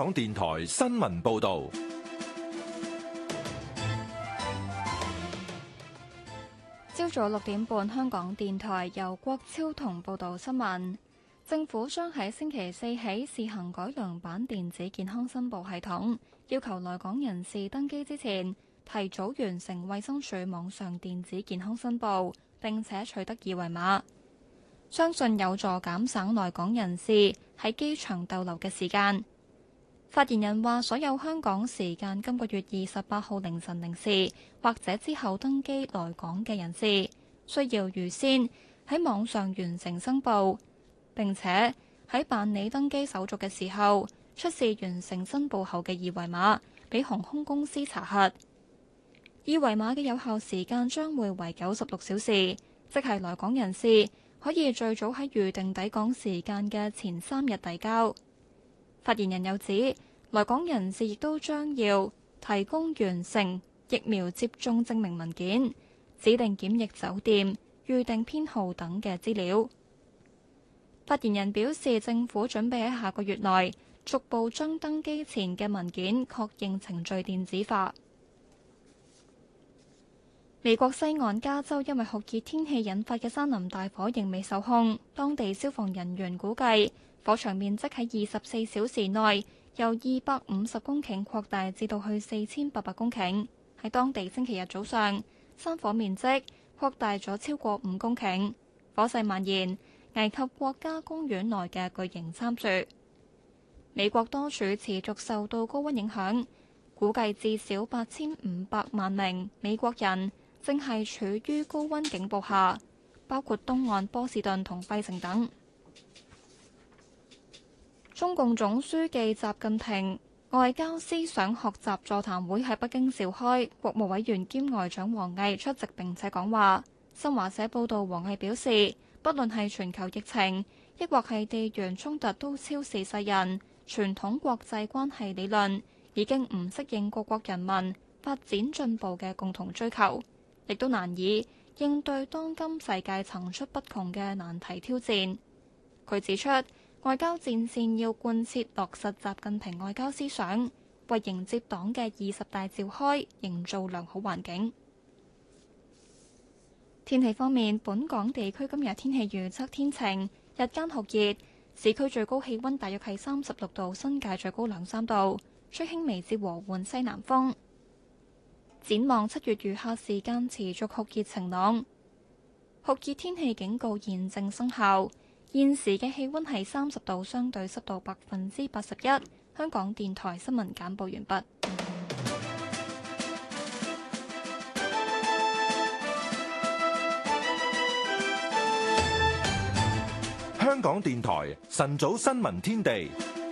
港電台新聞報道。 朝早6點半，香港電台由郭超同報道新聞。政府將喺星期四起試行改良版電子健康申報系統，要求來港人士登機之前提早完成衛生署網上電子健康申報，並且取得二維碼，相信有助減省來港人士喺機場逗留嘅時間。發言人話，所有香港時間今個月28號凌晨0時或者之後登機來港嘅人士，需要預先喺網上完成申報，並且喺辦理登機手續嘅時候出示完成申報後嘅二維碼，俾航空公司查核。二維碼嘅有效時間將會為96小時，即係來港人士可以最早喺預定抵港時間嘅前3日遞交。發言人又指，來港人士亦都將要提供完成疫苗接種證明文件、指定檢疫酒店、預訂編號等嘅資料。發言人表示，政府準備喺下個月內逐步將登機前嘅文件確認程序電子化。美國西岸加州因為酷熱天氣引發嘅山林大火仍未受控，當地消防人員估計火場面積喺24小時內由250公頃擴大至到去4800公頃。喺當地星期日早上，山火面積擴大咗超過5公頃，火勢蔓延，危及國家公園內嘅巨型杉樹。美國多處持續受到高溫影響，估計至少8500萬名美國人正係處於高溫警報下，包括東岸波士頓同費城等。中共總書記習近平外交思想學習座談會喺北京召開，國務委員兼外長王毅出席並且講話。新華社報道，王毅表示，不論係全球疫情，抑或係地緣衝突，都超視世人。傳統國際關係理論已經唔適應各國人民發展進步嘅共同追求，亦都難以應對當今世界層出不窮嘅難題挑戰。佢指出，外交戰線要貫徹落實習近平外交思想，為迎接黨嘅20大召開營造良好環境。天氣方面，本港地區今日天氣預測天晴，日間酷熱，市區最高氣溫大約係36度，新界最高2-3度，吹輕微至和緩西南風。展望7月餘下時間持續酷熱晴朗，酷熱天氣警告現正生效。現時嘅氣溫係30度，相對濕度81%。香港電台新聞簡報完畢。 香港電台晨早新聞天地。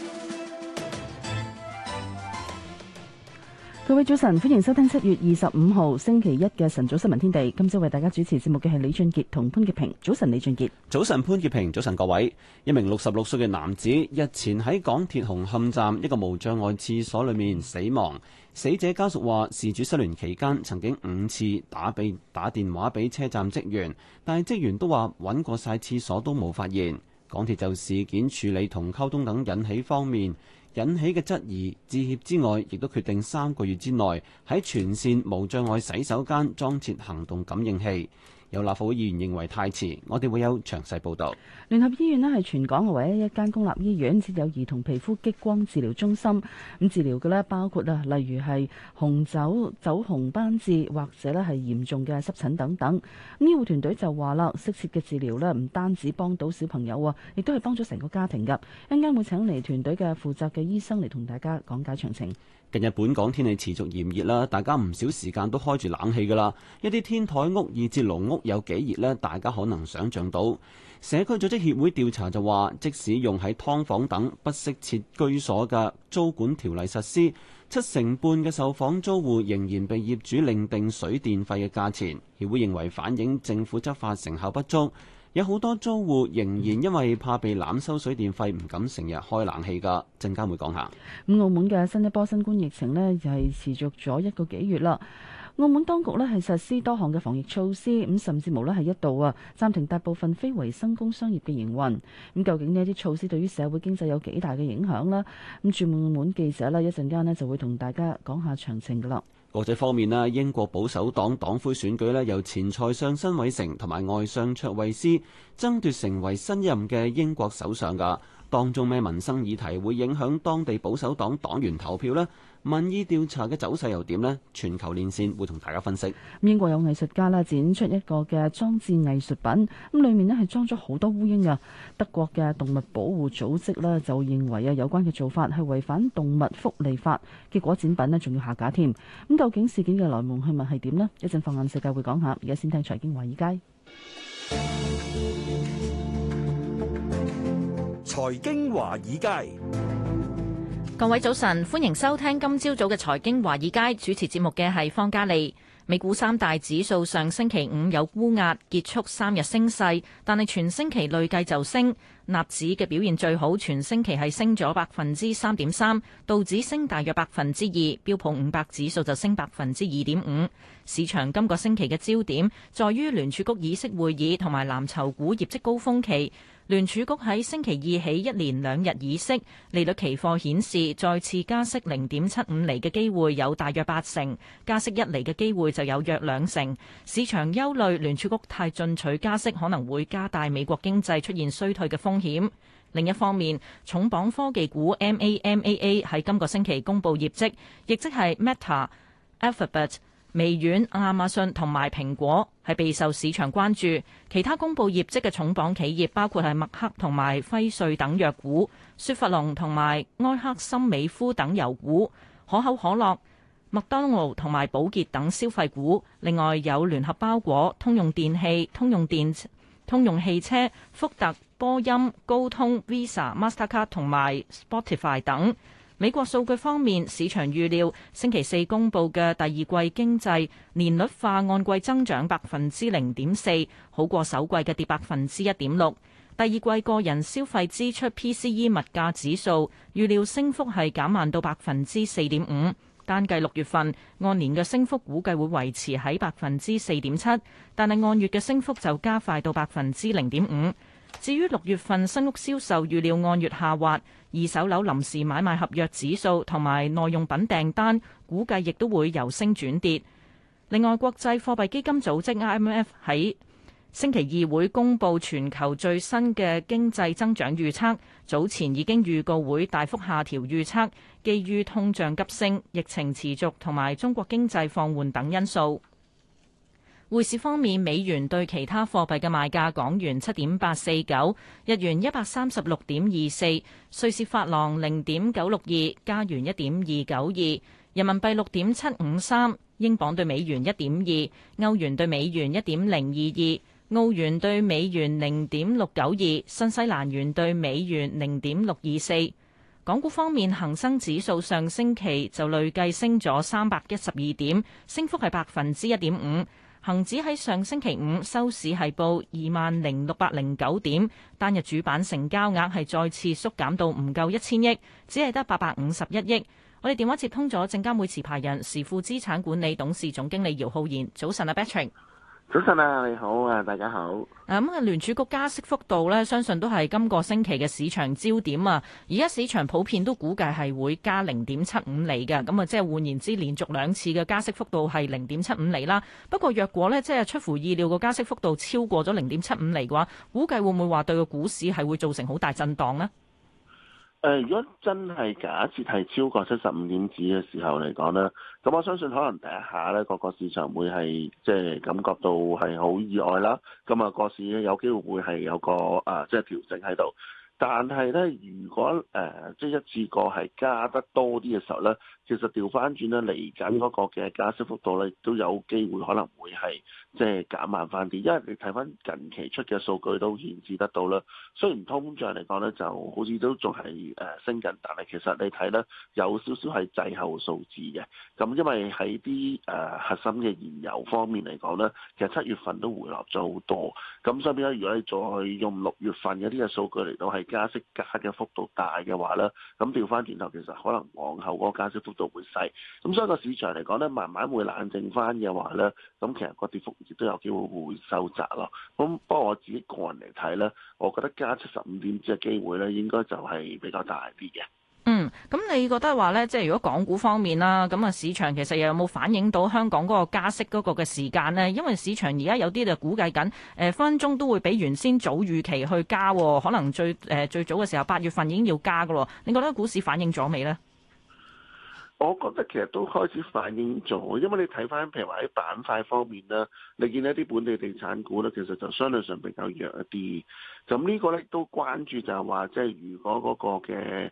各位早晨，歡迎收聽7月25號星期一嘅晨早新聞天地。今朝為大家主持節目嘅係李俊傑同潘潔平。早晨，李俊傑。 早晨，潘潔平。早晨，各位。一名66歲嘅男子日前喺港鐵紅磡站一個無障礙廁所裏面死亡。死者家屬話，事主失聯期間曾經5次打電話俾車站職員，但係職員都話揾過晒廁所都冇發現。港鐵就事件處理同溝通等引起嘅質疑致歉之外，亦都決定3個月之內喺全線無障礙洗手間裝設行動感應器。有立法會議員認為太遲，我哋會有詳細報導。 聯合醫院咧係全港唯一一間公立醫院設有兒童皮膚激光治療中心，咁治療嘅咧包括例如係紅腫、酒紅斑痣或者咧係嚴重嘅濕疹等等。咁醫護團隊就話啦，適切嘅治療咧唔單止幫到小朋友啊，亦都係幫咗成個家庭㗎。一陣間會請嚟團隊嘅負責嘅醫生嚟同大家講解詳情。 近日本港天氣持續炎熱啦，大家唔少時間都開住冷氣噶啦。一啲天台屋以至籠屋有幾熱呢？大家可能想像到。社區組織協會調查就話，即使用喺劏房等不適切居所嘅租管條例實施，7成半嘅受訪租戶仍然被業主另定水電費嘅價錢。協會認為反映政府執法成效不足。有好多租戶仍然因為怕被濫收水電費，唔敢成日開冷氣㗎。陣間會講下。 澳門嘅新一波新冠疫情呢，就係持續咗1個幾月啦。 澳門當局咧係實施多項嘅防疫措施，咁甚至無咧係一度暫停大部分非維生工商業嘅營運。咁究竟呢一啲措施對於社會經濟有幾大嘅影響呢？咁駐澳門記者呢一陣間呢就會同大家講下詳情噶啦。 國際方面咧，英國保守黨黨魁選舉咧由前財相辛偉誠同埋外相卓慧思爭奪成為新任嘅英國首相噶。當中咩民生議題會影響當地保守黨黨員投票呢？民意調查嘅走勢又點呢？全球連線會同大家分析。 英國有藝術家啦展出一個嘅裝置藝術品，咁裡面咧係裝咗好多烏蠅啊。德國嘅動物保護組織咧就認為有關嘅做法係違反動物福利法，結果展品咧仲要下架添。咁究竟事件嘅來龍去脈係點呢？一陣放眼世界會講下，而家先聽財經華爾街。 財經華爾街， 各位早晨，歡迎收聽今朝早嘅財經華爾街，主持節目嘅係方嘉利。美股三大指數上星期五有沽壓，結束3日升勢，但係全星期累計就升。納指嘅表現最好，全星期係升咗3.3%，道指升大約2%，標普500指數就升2.5%。市場今個星期嘅焦點在於聯儲局議息會議同埋藍籌股業績高峰期。聯儲局喺星期二起一連2日議息，利率期貨顯示再次加息0.75厘嘅機會有大約80%，加息1厘嘅機會就有約20%。市場憂慮聯儲局太進取加息可能會加大美國經濟出現衰退嘅風險。另一方面，重磅科技股 MAMAA 喺今個星期公佈業績，亦即係 Meta、Alphabet、微軟、亞馬遜同埋蘋果係備受市場關注。其他公佈業績嘅重磅企業包括係默克同埋輝瑞等藥股、雪佛龍同埋埃克森美孚等油股、可口可樂、麥當勞同埋寶潔等消費股。另外有聯合包裹、通用電器、通用汽車、福特、波音、高通、Visa、Mastercard 同埋 Spotify 等。美國數據方面，市場預料星期四公佈嘅第二季經濟年率化按季增長0.4%，好過首季嘅跌1.6%。第二季個人消費支出 PCE 物價指數預料升幅係減慢到4.5%，單計6月份按年嘅升幅估計會維持喺4.7%，但係按月嘅升幅就加快到0.5%。至於6月份新屋銷售預料按月下滑，二手樓臨時買賣合約指數同埋耐用品訂單估計亦都會由升轉跌。另外，國際貨幣基金組織 IMF 喺星期二會公布全球最新嘅經濟增長預測，早前已經預告會大幅下調預測，基於通脹急升、疫情持續同埋中國經濟放緩等因素。匯市方面，美元對其他貨幣嘅賣價：港元7.849，日元136.24，瑞士法郎0.962，加元1.292，人民幣6.753，英鎊對美元1.2，歐元對美元1.022，澳元對美元0.692，新西蘭元對美元0.624。港股方面，恒生指數上星期就累計升咗312點，升幅係1.5%。恒指喺上星期五收市係報20,609點，單日主板成交額係再次縮減到唔夠1000億，只係得851億。我哋電話接通咗證監會持牌人時富資產管理董事總經理姚浩然。早晨啊 Patrick。 早晨啊，你好啊，大家好。 聯儲局加息幅度呢，相信都係今個星期嘅市場焦點啊。而家市場普遍都估計係會加0.75厘嘅，咁啊，即係換言之，連續2次嘅加息幅度係0.75厘啦。不過若果呢，即係出乎意料個加息幅度超過咗0.75厘嘅話，估計會唔會話對個股市係會造成好大震盪呢？ 如果真係假設係超過75點子嘅時候嚟講咧，咁我相信可能第一下咧，個市場會係即係感覺到係好意外啦。咁啊，個市有機會會係有個即係調整喺度。但係咧，如果即係一次過係加得多啲嘅時候咧，其實調翻轉咧，嚟緊嗰個嘅加息幅度咧，都有機會可能會係即係減慢翻啲，因為你睇翻近期出嘅數據都顯示得到啦。雖然通脹嚟講咧，就好似都仲係升緊，但係其實你睇咧有少少係滯後數字嘅。咁因為喺啲核心嘅燃油方面嚟講咧，其實7月份都回落咗好多。咁所以變咗，如果你再用6月份嗰啲嘅數據嚟到係加息加嘅幅度大嘅話咧，咁調翻轉頭其實可能往後嗰個加息幅度度會細。咁所以個市場嚟講咧，慢慢會冷靜翻嘅話咧，咁其實個跌幅亦都有機會會收窄咯。咁不過我自己個人嚟睇咧，我覺得加75點子嘅機會咧，應該就係比較大啲嘅。 咁你覺得話咧，即係如果港股方面啦，咁啊市場其實又有冇反映到香港嗰個加息嗰個嘅時間呢？因為市場而家有啲就估計緊，分分鐘都會比原先早預期去加，可能最早嘅時候8月份已經要加噶咯。你覺得股市反映咗未呢？ 我覺得其實都開始反映咗，因為你睇翻譬如話喺板塊方面啦，你見到一啲本地地產股咧，其實就相對上比較弱一啲。咁呢個咧都關注就係話，即係如果嗰個嘅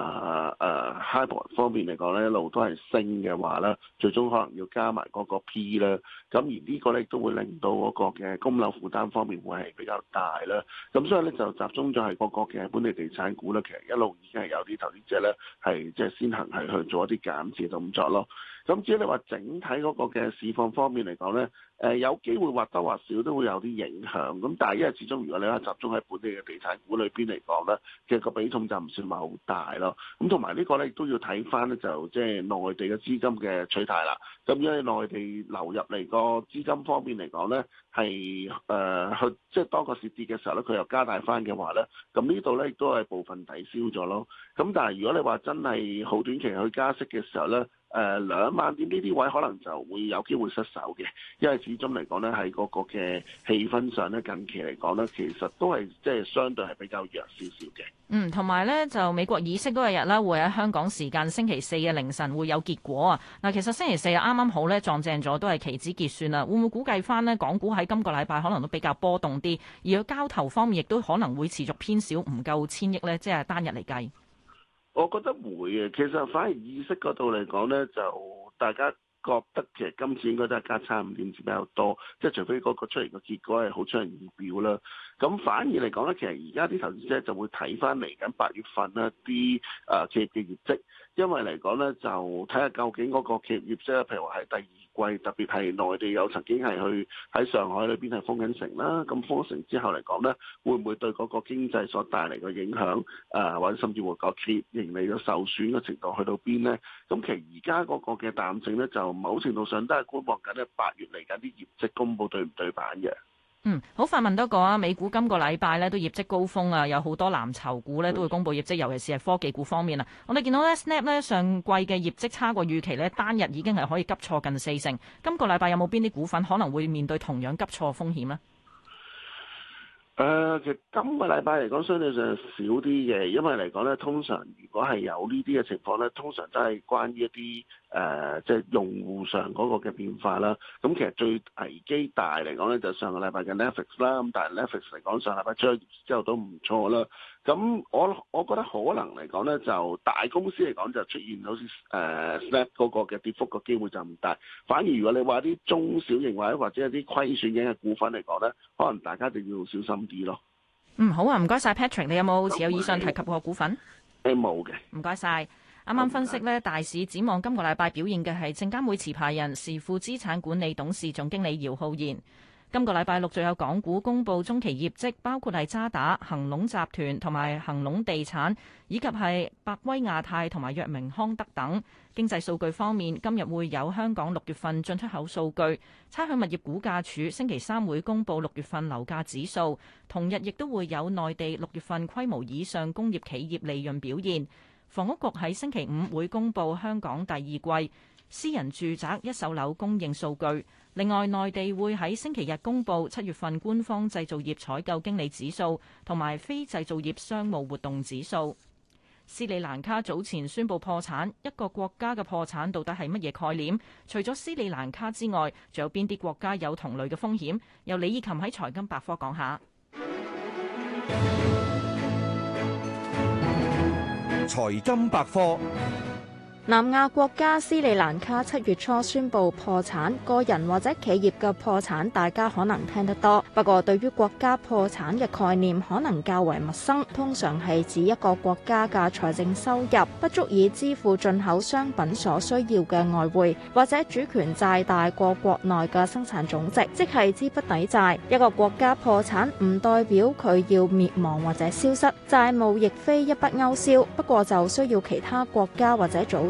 HIBOR 方面嚟講咧，一路都係升嘅話咧，最終可能要加埋嗰個 P 啦。咁而呢個咧都會令到嗰個嘅供樓負擔方面會係比較大啦。咁所以咧就集中咗係嗰個嘅本地地產股咧，其實一路已經係有啲投資者咧係即係先行係去做一啲減持動作咯。咁至於你話整體嗰個嘅市況方面嚟講咧，有機會或多或少都會有啲影響。咁但係因為始終如果你話集中喺本地嘅地產股裏邊嚟講咧，其實個比重就唔算話好大咯。咁同埋呢個咧亦都要睇翻咧，就即係內地嘅資金嘅取態啦。咁因為內地流入嚟個資金方面嚟講咧，係去即係當個市跌嘅時候咧，佢又加大翻嘅話咧，咁呢度咧亦都係部分抵消咗咯。咁但係如果你話真係好短期去加息嘅時候咧，2萬點呢啲位可能就會有機會失守嘅，因為始終嚟講咧喺嗰個嘅氣氛上咧，近期嚟講咧，其實都係即係相對係比較弱少少嘅。 同埋咧就美國議息嗰日啦，會喺香港時間星期四嘅凌晨會有結果啊。嗱，其實星期四啱啱好咧撞正咗，都係期指結算啦。會唔會估計翻呢？港股喺今個禮拜可能都比較波動啲，而個交投方面亦都可能會持續偏少，唔夠1000億咧，即係單日嚟計。 我覺得會嘅，其實反而意識嗰度嚟講咧，就大家覺得其實今次應該都係加75點子比較多，即係除非嗰個出嚟嘅結果係好出人意表啦。咁反而嚟講咧，其實而家啲投資者就會睇翻嚟緊8月份啦啲企業嘅業績，因為嚟講咧就睇下究竟嗰個企業業績，譬如話係第2季，特別係內地有曾經係去喺上海裏邊係封緊城啦，咁封城之後嚟講咧，會唔會對嗰個經濟所帶嚟嘅影響，或者甚至乎個企業盈利嘅受損嘅程度去到邊咧？咁其實而家嗰個嘅彈性咧，就某程度上都係觀望緊咧8月嚟緊啲業績公佈對唔對版嘅。 好快問多個啊！美股今個禮拜咧都業績高峰啊，有好多藍籌股咧都會公布業績，尤其是係科技股方面啊。我哋見到咧 Snap 咧上季嘅業績差過預期咧，單日已經係可以急挫近40%。今個禮拜有冇邊啲股份可能會面對同樣急挫風險呢？ 其實今個禮拜嚟講相對上少啲嘅，因為嚟講咧，通常如果係有呢啲嘅情況咧，通常都係關於一啲即係用戶上嗰個嘅變化啦。咁其實最危機大嚟講咧，就上個禮拜嘅 Netflix 啦。咁但係 Netflix 嚟講，上禮拜出咗業績之後都唔錯啦。咁我覺得可能嚟講咧，就大公司嚟講就出現好似Snap 嗰個嘅跌幅個機會就唔大。反而如果你話啲中小型或者一啲虧損嘅股份嚟講咧，可能大家就要小心啲咯。 好啊，唔該晒 Patrick， 你有冇持有以上提及個股份？ 冇嘅。 唔該晒。啱啱分析呢，大市展望今個禮拜表現嘅係證監會持牌人時富資產管理董事總經理姚浩然。今個禮拜陸續有港股公布中期業績，包括係渣打、恒隆集團同埋恒隆地產，以及係百威亞太同埋藥明康德等。經濟數據方面，今日會有香港6月份進出口數據，差餉物業估價署星期3會公布6月份樓價指數，同日亦都會有內地6月份規模以上工業企業利潤表現。房屋局喺星期5會公布香港第2季私人住宅一手樓供應數據。另外，內地會喺星期日公布7月份官方製造業採購經理指數同埋非製造業商務活動指數。斯里蘭卡早前宣布破產，一個國家嘅破產到底係乜嘢概念？除咗斯里蘭卡之外，仲有邊啲國家有同類嘅風險？由李以琴喺財金百科講下。 財金百科。 南亞國家斯里蘭卡7月初宣布破產，個人或者企業嘅破產大家可能聽得多，不過對於國家破產嘅概念可能較為陌生。通常係指一個國家嘅財政收入不足以支付進口商品所需要嘅外匯，或者主權債大過國內嘅生產總值，即係資不抵債。一個國家破產唔代表佢要滅亡或者消失，債務亦非一筆勾銷，不過就需要其他國家或者組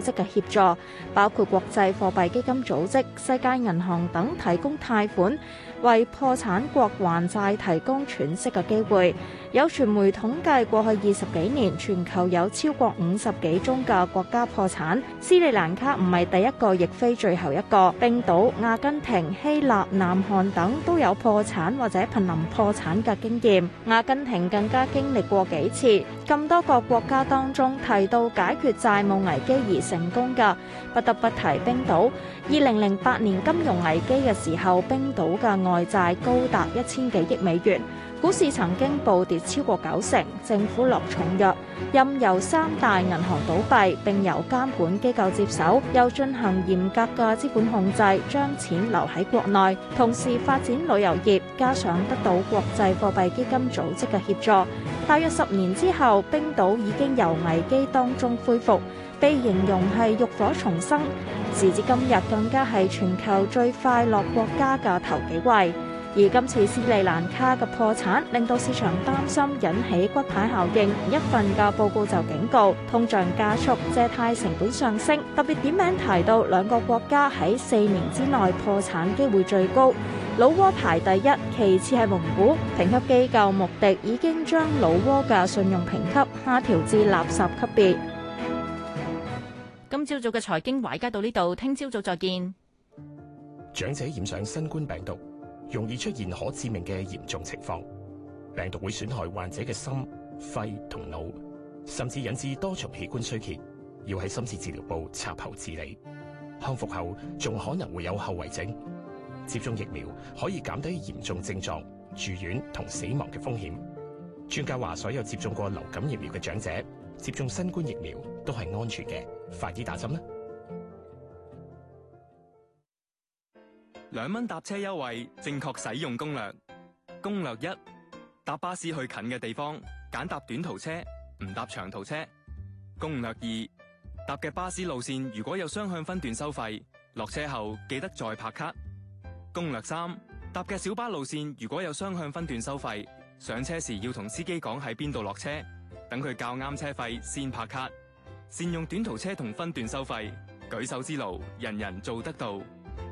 組織嘅協助，包括國際貨幣基金組織、世界銀行等提供貸款，為破產國還債提供喘息嘅機會。有傳媒統計，過去20幾年，全球有超過50幾宗嘅國家破產。斯里蘭卡唔係第一個，亦非最後一個。冰島、阿根廷、希臘、南韓等都有破產或者瀕臨破產嘅經驗。阿根廷更加經歷過幾次。咁多個國家當中，提到解決債務危機而成功嘅，不得不提冰島。2008年金融危機嘅時候，冰島嘅外債高達1000幾億美元。股市曾經暴跌超過90%，政府落重藥，任由3大銀行倒閉，並由監管機構接手，又進行嚴格嘅資本控制，將錢留喺國內，同時發展旅遊業，加上得到國際貨幣基金組織嘅協助，大約10年之後，冰島已經由危機當中恢復，被形容係浴火重生，時至今日更加係全球最快樂國家嘅頭幾位。而今次斯里蘭卡嘅破產令到市場擔心引起骨牌效應，一份嘅報告就警告通脹加速、借貸成本上升，特別點名提到兩個國家喺4年之內破產機會最高，老撾排第一，其次係蒙古。評級機構穆迪已經將老撾嘅信用評級下調至垃圾級別。 今朝早嘅財經華爾街到呢度，聽朝早再見。 長者染上新冠病毒，容易出現可致命嘅嚴重情況，病毒會損害患者嘅心、肺同腦，甚至引致多重器官衰竭，要喺深切治療部插喉治理。康復後仲可能會有後遺症。接種疫苗可以減低嚴重症狀、住院同死亡嘅風險。專家話，所有接種過流感疫苗嘅長者接種新冠疫苗都係安全嘅，快啲打針啦 ！2蚊搭車優惠，正確使用攻略。攻略1：搭巴士去近嘅地方，揀搭短途車，唔搭長途車。攻略2：搭嘅巴士路線如果有雙向分段收費，落車後記得再拍卡。攻略3：搭嘅小巴路線如果有雙向分段收費，上車時要同司機講喺邊度落車，等佢較啱車費先拍卡。善用短途車同分段收費，舉手之勞，人人做得到。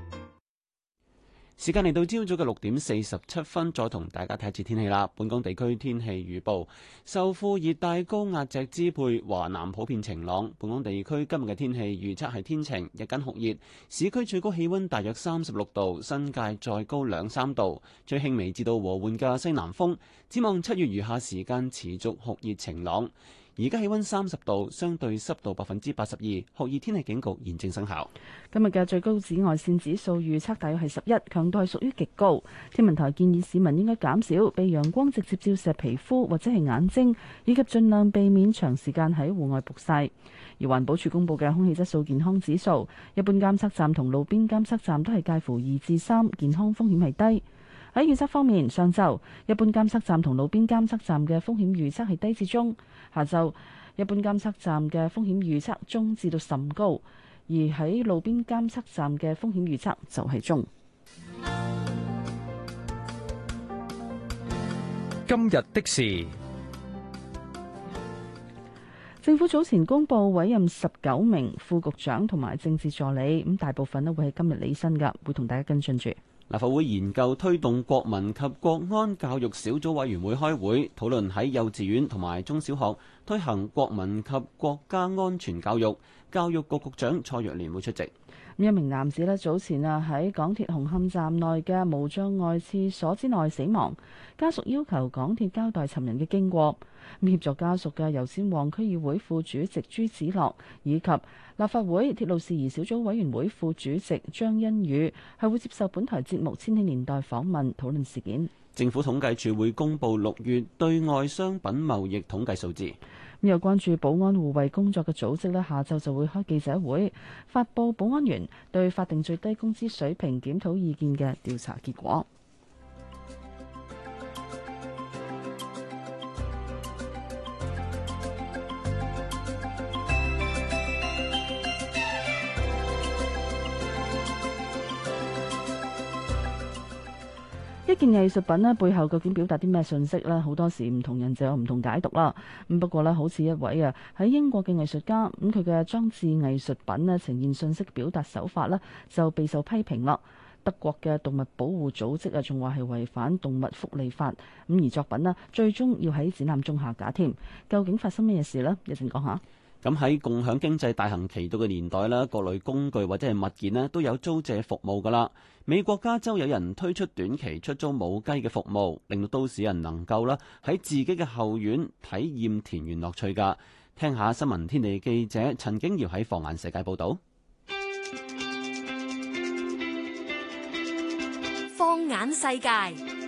時間嚟到朝早嘅6:47，再同大家睇一次天氣啦。本港地區天氣預報，受副熱帶高壓脊支配，華南普遍晴朗。本港地區今日嘅天氣預測係天晴，日間酷熱，市區最高氣溫大約36度，新界再高2-3度，吹輕微至到和緩嘅西南風。展望7月餘下時間持續酷熱晴朗。而家氣溫30度，相對濕度82%，酷熱天氣警告現正生效。 今日嘅最高紫外線指數預測大約係11，強度係屬於極高。天文台建議市民應該減少被陽光直接照射皮膚或者係眼睛，以及盡量避免長時間喺戶外曝曬。而環保署公布嘅空氣質素健康指數，一般監測站同路邊監測站都係介乎2至3，健康風險係低。喺預測方面，上晝一般監測站同路邊監測站嘅風險預測係低至中，下晝一般監測站嘅風險預測中至到甚高，而喺路邊監測站嘅風險預測就係中。 今日的事， 政府早前公布委任19名副局長同埋政治助理，咁大部分咧會喺今日履新㗎，會同大家跟進住。 立法會研究推動國民及國安教育小組委員會開會，討論喺幼稚園同埋中小學推行國民及國家安全教育。教育局局長蔡若蓮會出席。 一名男子早前喺港鐵紅磡站內嘅無障礙廁所之內死亡，家屬要求港鐵交代尋人嘅經過。協助家屬嘅油尖旺區議會副主席朱子樂以及立法會鐵路事宜小組委員會副主席張欣宇係會接受本台節目《千禧年代》訪問，討論事件。 政府統計處會公布6月對外商品貿易統計數字。 有關注保安護衛工作嘅組織下晝就會開記者會，發佈保安員對法定最低工資水平檢討意見嘅調查結果。 一件藝術品咧背後究竟表達啲咩信息呢？好多時唔同人就有唔同解讀啦。咁不過呢，好似一位喺英國嘅藝術家，咁佢嘅裝置藝術品咧呈現信息表達手法呢，就備受批評啦。德國嘅動物保護組織仲話係違反動物福利法，咁而作品咧最終要喺展覽中下架添。究竟發生咩事呢？一陣講下。 咁喺共享經濟大行其道嘅年代咧，各類工具或者係物件咧都有租借服務㗎啦。美國加州有人推出短期出租母雞嘅服務，令到都市人能夠啦喺自己嘅後院體驗田園樂趣㗎。聽下新聞天地記者陳景瑤喺放眼世界報導。 放眼世界。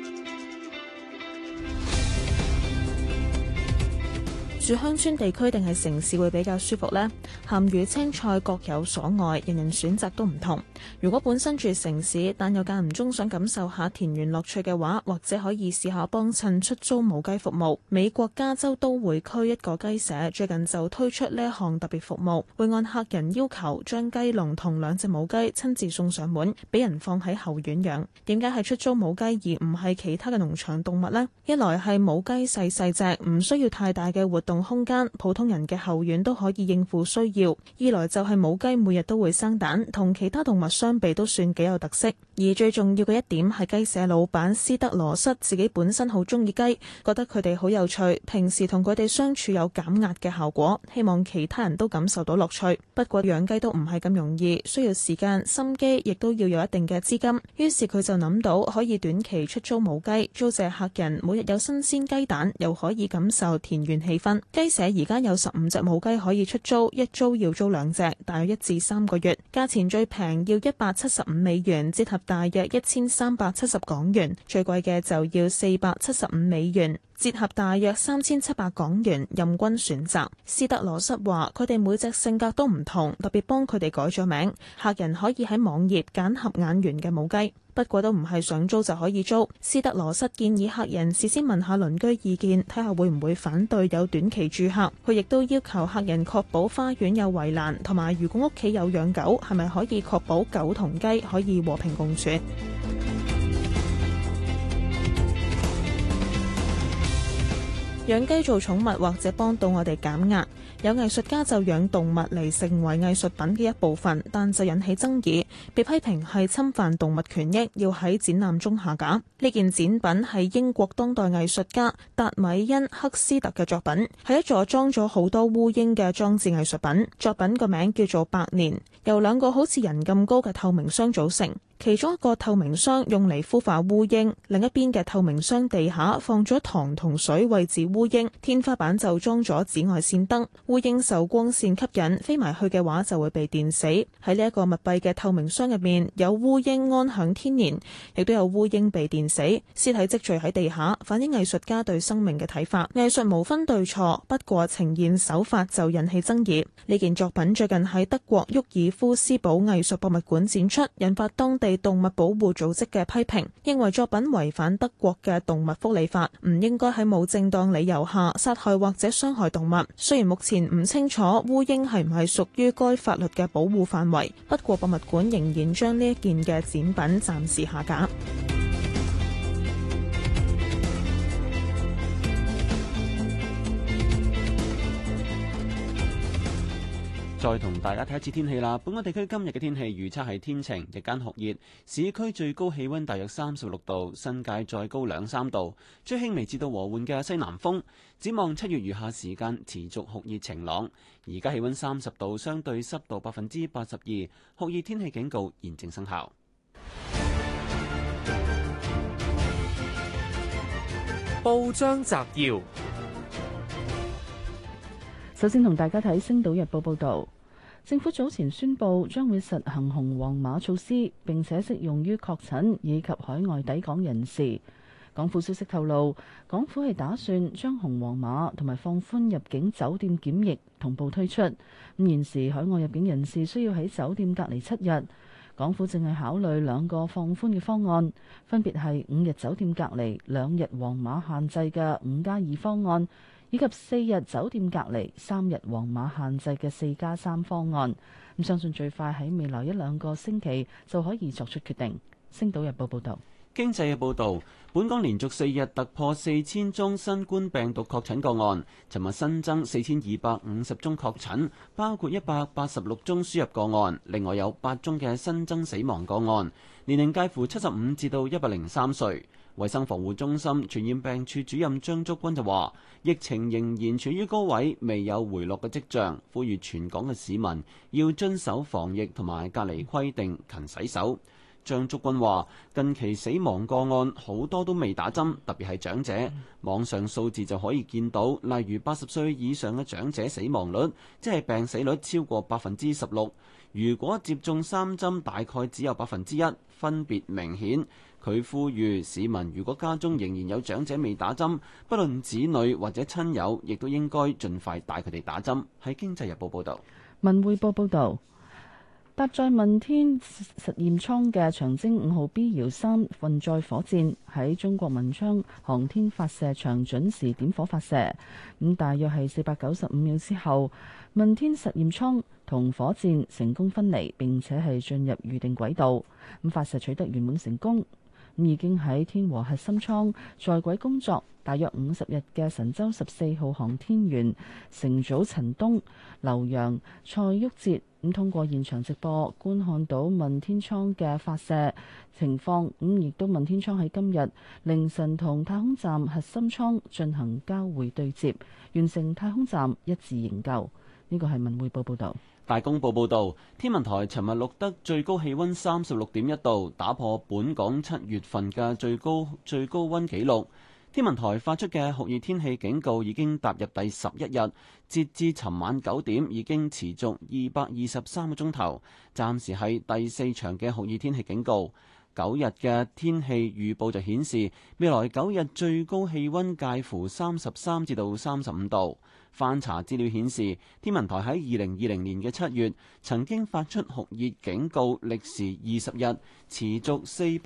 住鄉村地區定係城市會比較舒服呢？鹹魚青菜各有所愛，人人選擇都唔同。如果本身住城市，但又間唔中想感受下田園樂趣嘅話，或者可以試下幫襯出租母雞服務。美國加州都會區一個雞舍最近就推出呢一項特別服務，會按客人要求將雞籠同2隻母雞親自送上門，俾人放喺後院養。點解係出租母雞而唔係其他嘅農場動物呢？一來係母雞細細隻，唔需要太大嘅活動空間，普通人嘅後院都可以應付需要；二來就係母雞每日都會生蛋，同其他動物相比都算幾有特色。而最重要嘅一點係雞舍老闆斯德羅瑟自己本身好中意雞，覺得佢哋好有趣，平時同佢哋相處有減壓嘅效果，希望其他人都感受到樂趣。不過養雞都唔係咁容易，需要時間、心機，亦都要有一定嘅資金。於是佢就諗到可以短期出租母雞，租借客人每日有新鮮雞蛋，又可以感受田園氣氛。雞舍而家有15隻母雞可以出租，一租要租2隻，大約1至3個月。價錢最平要$175，折合大約1370港元；最貴嘅就要$475，折合大約3700港元，任君選擇。斯德羅瑟話：佢哋每隻性格都唔同，特別幫佢哋改咗名，客人可以喺網頁揀合眼緣嘅母雞。不過都唔係想租就可以租。斯德羅瑟建議客人事先問下鄰居意見，睇下會唔會反對有短期住客。佢亦都要求客人確保花園有圍欄，同埋如果屋企有養狗，係咪可以確保狗同雞可以和平共處。養雞做寵物或者幫到我哋減壓，有藝術家就養動物嚟成為藝術品嘅一部分，但就引起爭議，被批評係侵犯動物權益，要喺展覽中下架。呢件展品係英國當代藝術家達米恩·克斯特嘅作品，係一座裝咗好多烏蠅嘅裝置藝術品。作品個名叫做《百年》，由2個好似人咁高嘅透明箱組成。其中一個透明箱用嚟孵化烏蠅，另一邊嘅透明箱地下放咗糖同水餵飼烏蠅，天花板就裝咗紫外線燈。烏蠅受光線吸引，飛埋去嘅話就會被電死。喺呢一個密閉嘅透明箱入面，有烏蠅安享天年，亦都有烏蠅被電死，屍體積聚喺地下，反映藝術家對生命嘅睇法。藝術無分對錯，不過呈現手法就引起爭議。呢件作品最近喺德國沃爾夫斯堡藝術博物館展出，引發當地動物保護組織嘅批評，認為作品違反德國嘅動物福利法，唔應該喺冇正當理由下殺害或者傷害動物。雖然目前唔清楚烏蠅係唔係屬於該法律嘅保護範圍，不過博物館仍然將呢一件嘅展品暫時下架。 再同大家睇一次天氣啦。本港地區今日嘅天氣預測係天晴，日間酷熱，市區最高氣溫大約36度，新界再高2-3度，吹輕微至到和緩嘅西南風。展望7月餘下時間持續酷熱晴朗。而家氣溫30度，相對濕度82%，酷熱天氣警告現正生效。 報章摘要。 首先同大家睇《星島日報》報導，政府早前宣布將會實行紅黃碼措施，並且適用於確診以及海外抵港人士。港府消息透露，港府係打算將紅黃碼同埋放寬入境酒店檢疫同步推出。咁現時海外入境人士需要喺酒店隔離7日，港府正係考慮2個放寬嘅方案，分別係5日酒店隔離、2日黃碼限制嘅5+2方案，以及4日酒店隔離、3日黃碼限制嘅4+3方案。咁相信最快喺未來1-2個星期就可以作出決定。星島日報報道。 經濟日報導，本港連續4日突破4000宗新冠病毒確診個案，尋日新增4250宗確診，包括186宗輸入個案，另外有8宗嘅新增死亡個案，年齡介乎75至到103歲。衛生防護中心傳染病處主任張竹君就話，疫情仍然處於高位，未有回落嘅跡象，呼籲全港嘅市民要遵守防疫同埋隔離規定，勤洗手。張竹君話：近期死亡個案好多都未打針，特別係長者。網上數字就可以見到，例如80歲以上嘅長者死亡率，即係病死率超過16%。如果接種3針，大概只有1%，分別明顯。佢呼籲市民，如果家中仍然有長者未打針，不論子女或者親友，亦都應該盡快帶佢哋打針。喺《經濟日報》報道。 文匯報報導。搭載問天實驗艙嘅長征5號 B 遙3運載火箭喺中國文昌航天發射場準時點火發射，大約係495秒之後，問天實驗艙同火箭成功分離，並且係進入預定軌道，發射取得圓滿成功。已經喺天和核心艙在軌工作大約50日嘅神舟14號航天員乘組陳冬、劉洋、蔡旭哲通過現場直播觀看到問天艙嘅發射情況，亦都問天艙喺今日凌晨同太空站核心艙進行交會對接，完成太空站一致營救。呢個係文匯報報導。 大公報報導，天文台尋日錄得最高氣温36.1度，打破本港7月份嘅最高温紀錄。天文台發出嘅酷熱天氣警告已經踏入第11日，截至尋晚9點已經持續223個鐘頭，暫時係第4場嘅酷熱天氣警告。9日嘅天氣預報就顯示，未來9日最高氣温介乎33至到35度。翻查資料顯示，天文台喺2020年嘅7月曾經發出酷熱警告，歷時20日，持續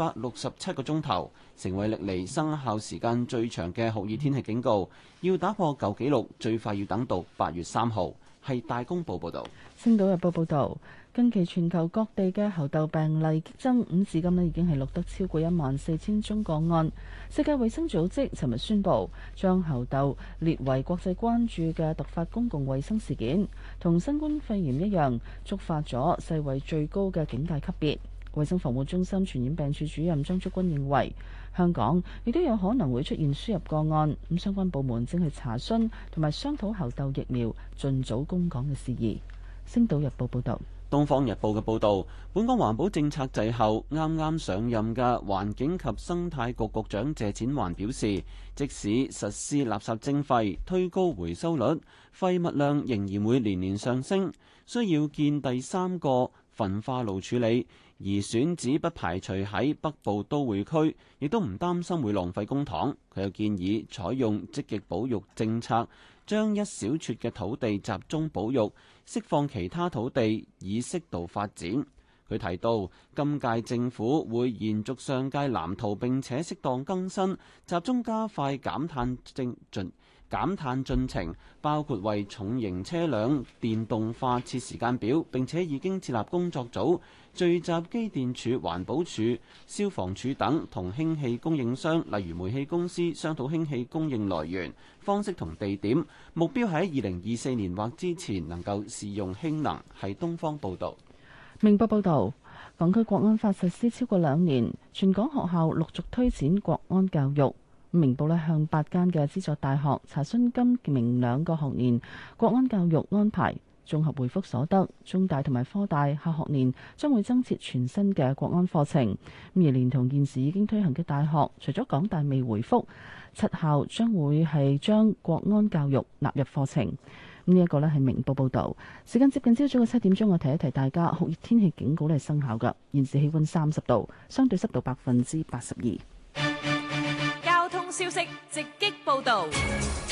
467個鐘頭，成為歷嚟生效時間最長嘅酷熱天氣警告。要打破舊紀錄，最快要等到8月3號。係大公報報導。 星島日報報導，近期全球各地嘅猴痘病例激增，至今已經係錄得超過14000宗個案。世界衛生組織尋日宣布，將猴痘列為國際關注嘅突發公共衛生事件，同新冠肺炎一樣，觸發咗世衛最高嘅警戒級別。衛生防護中心傳染病處主任張竹君認為，香港亦都有可能會出現輸入個案，相關部門正係查詢同埋商討猴痘疫苗盡早供港嘅事宜。星島日報報道。 東方日報嘅報導，本港環保政策滯後，啱啱上任嘅環境及生態局局長謝展寰表示，即使實施垃圾徵費，推高回收率，廢物量仍然會年年上升，需要建第3個焚化爐處理。而選址不排除喺北部都會區，亦都唔擔心會浪費公帑。佢又建議採用積極保育政策，將一小撮嘅土地集中保育，釋放其他土地以適度發展。佢提到，今屆政府會延續上屆藍圖，並且適當更新，集中加快減碳進程，包括為重型車輛電動化設時間表，並且已經設立工作組，聚集機電署、環保署、消防處等同氫氣供應商，例如煤氣公司，商討氫氣供應來源、方式同地點，目標喺2024年或之前能夠試用氫能。係東方報導。 明報報導，港區國安法實施超過2年，全港學校陸續推展國安教育。明報向8間嘅資助大學查詢今明2個學年國安教育安排，綜合回覆所得，中大同埋科大下學年將會增設全新嘅國安課程。而連同現時已經推行嘅大學，除咗港大未回覆，7校將會係將國安教育納入課程。呢一個係明報報導。時間接近朝早嘅7點鐘，我提一提大家，酷熱天氣警告係生效㗎。現時氣溫30度，相對濕度82%。 交通消息直擊報導。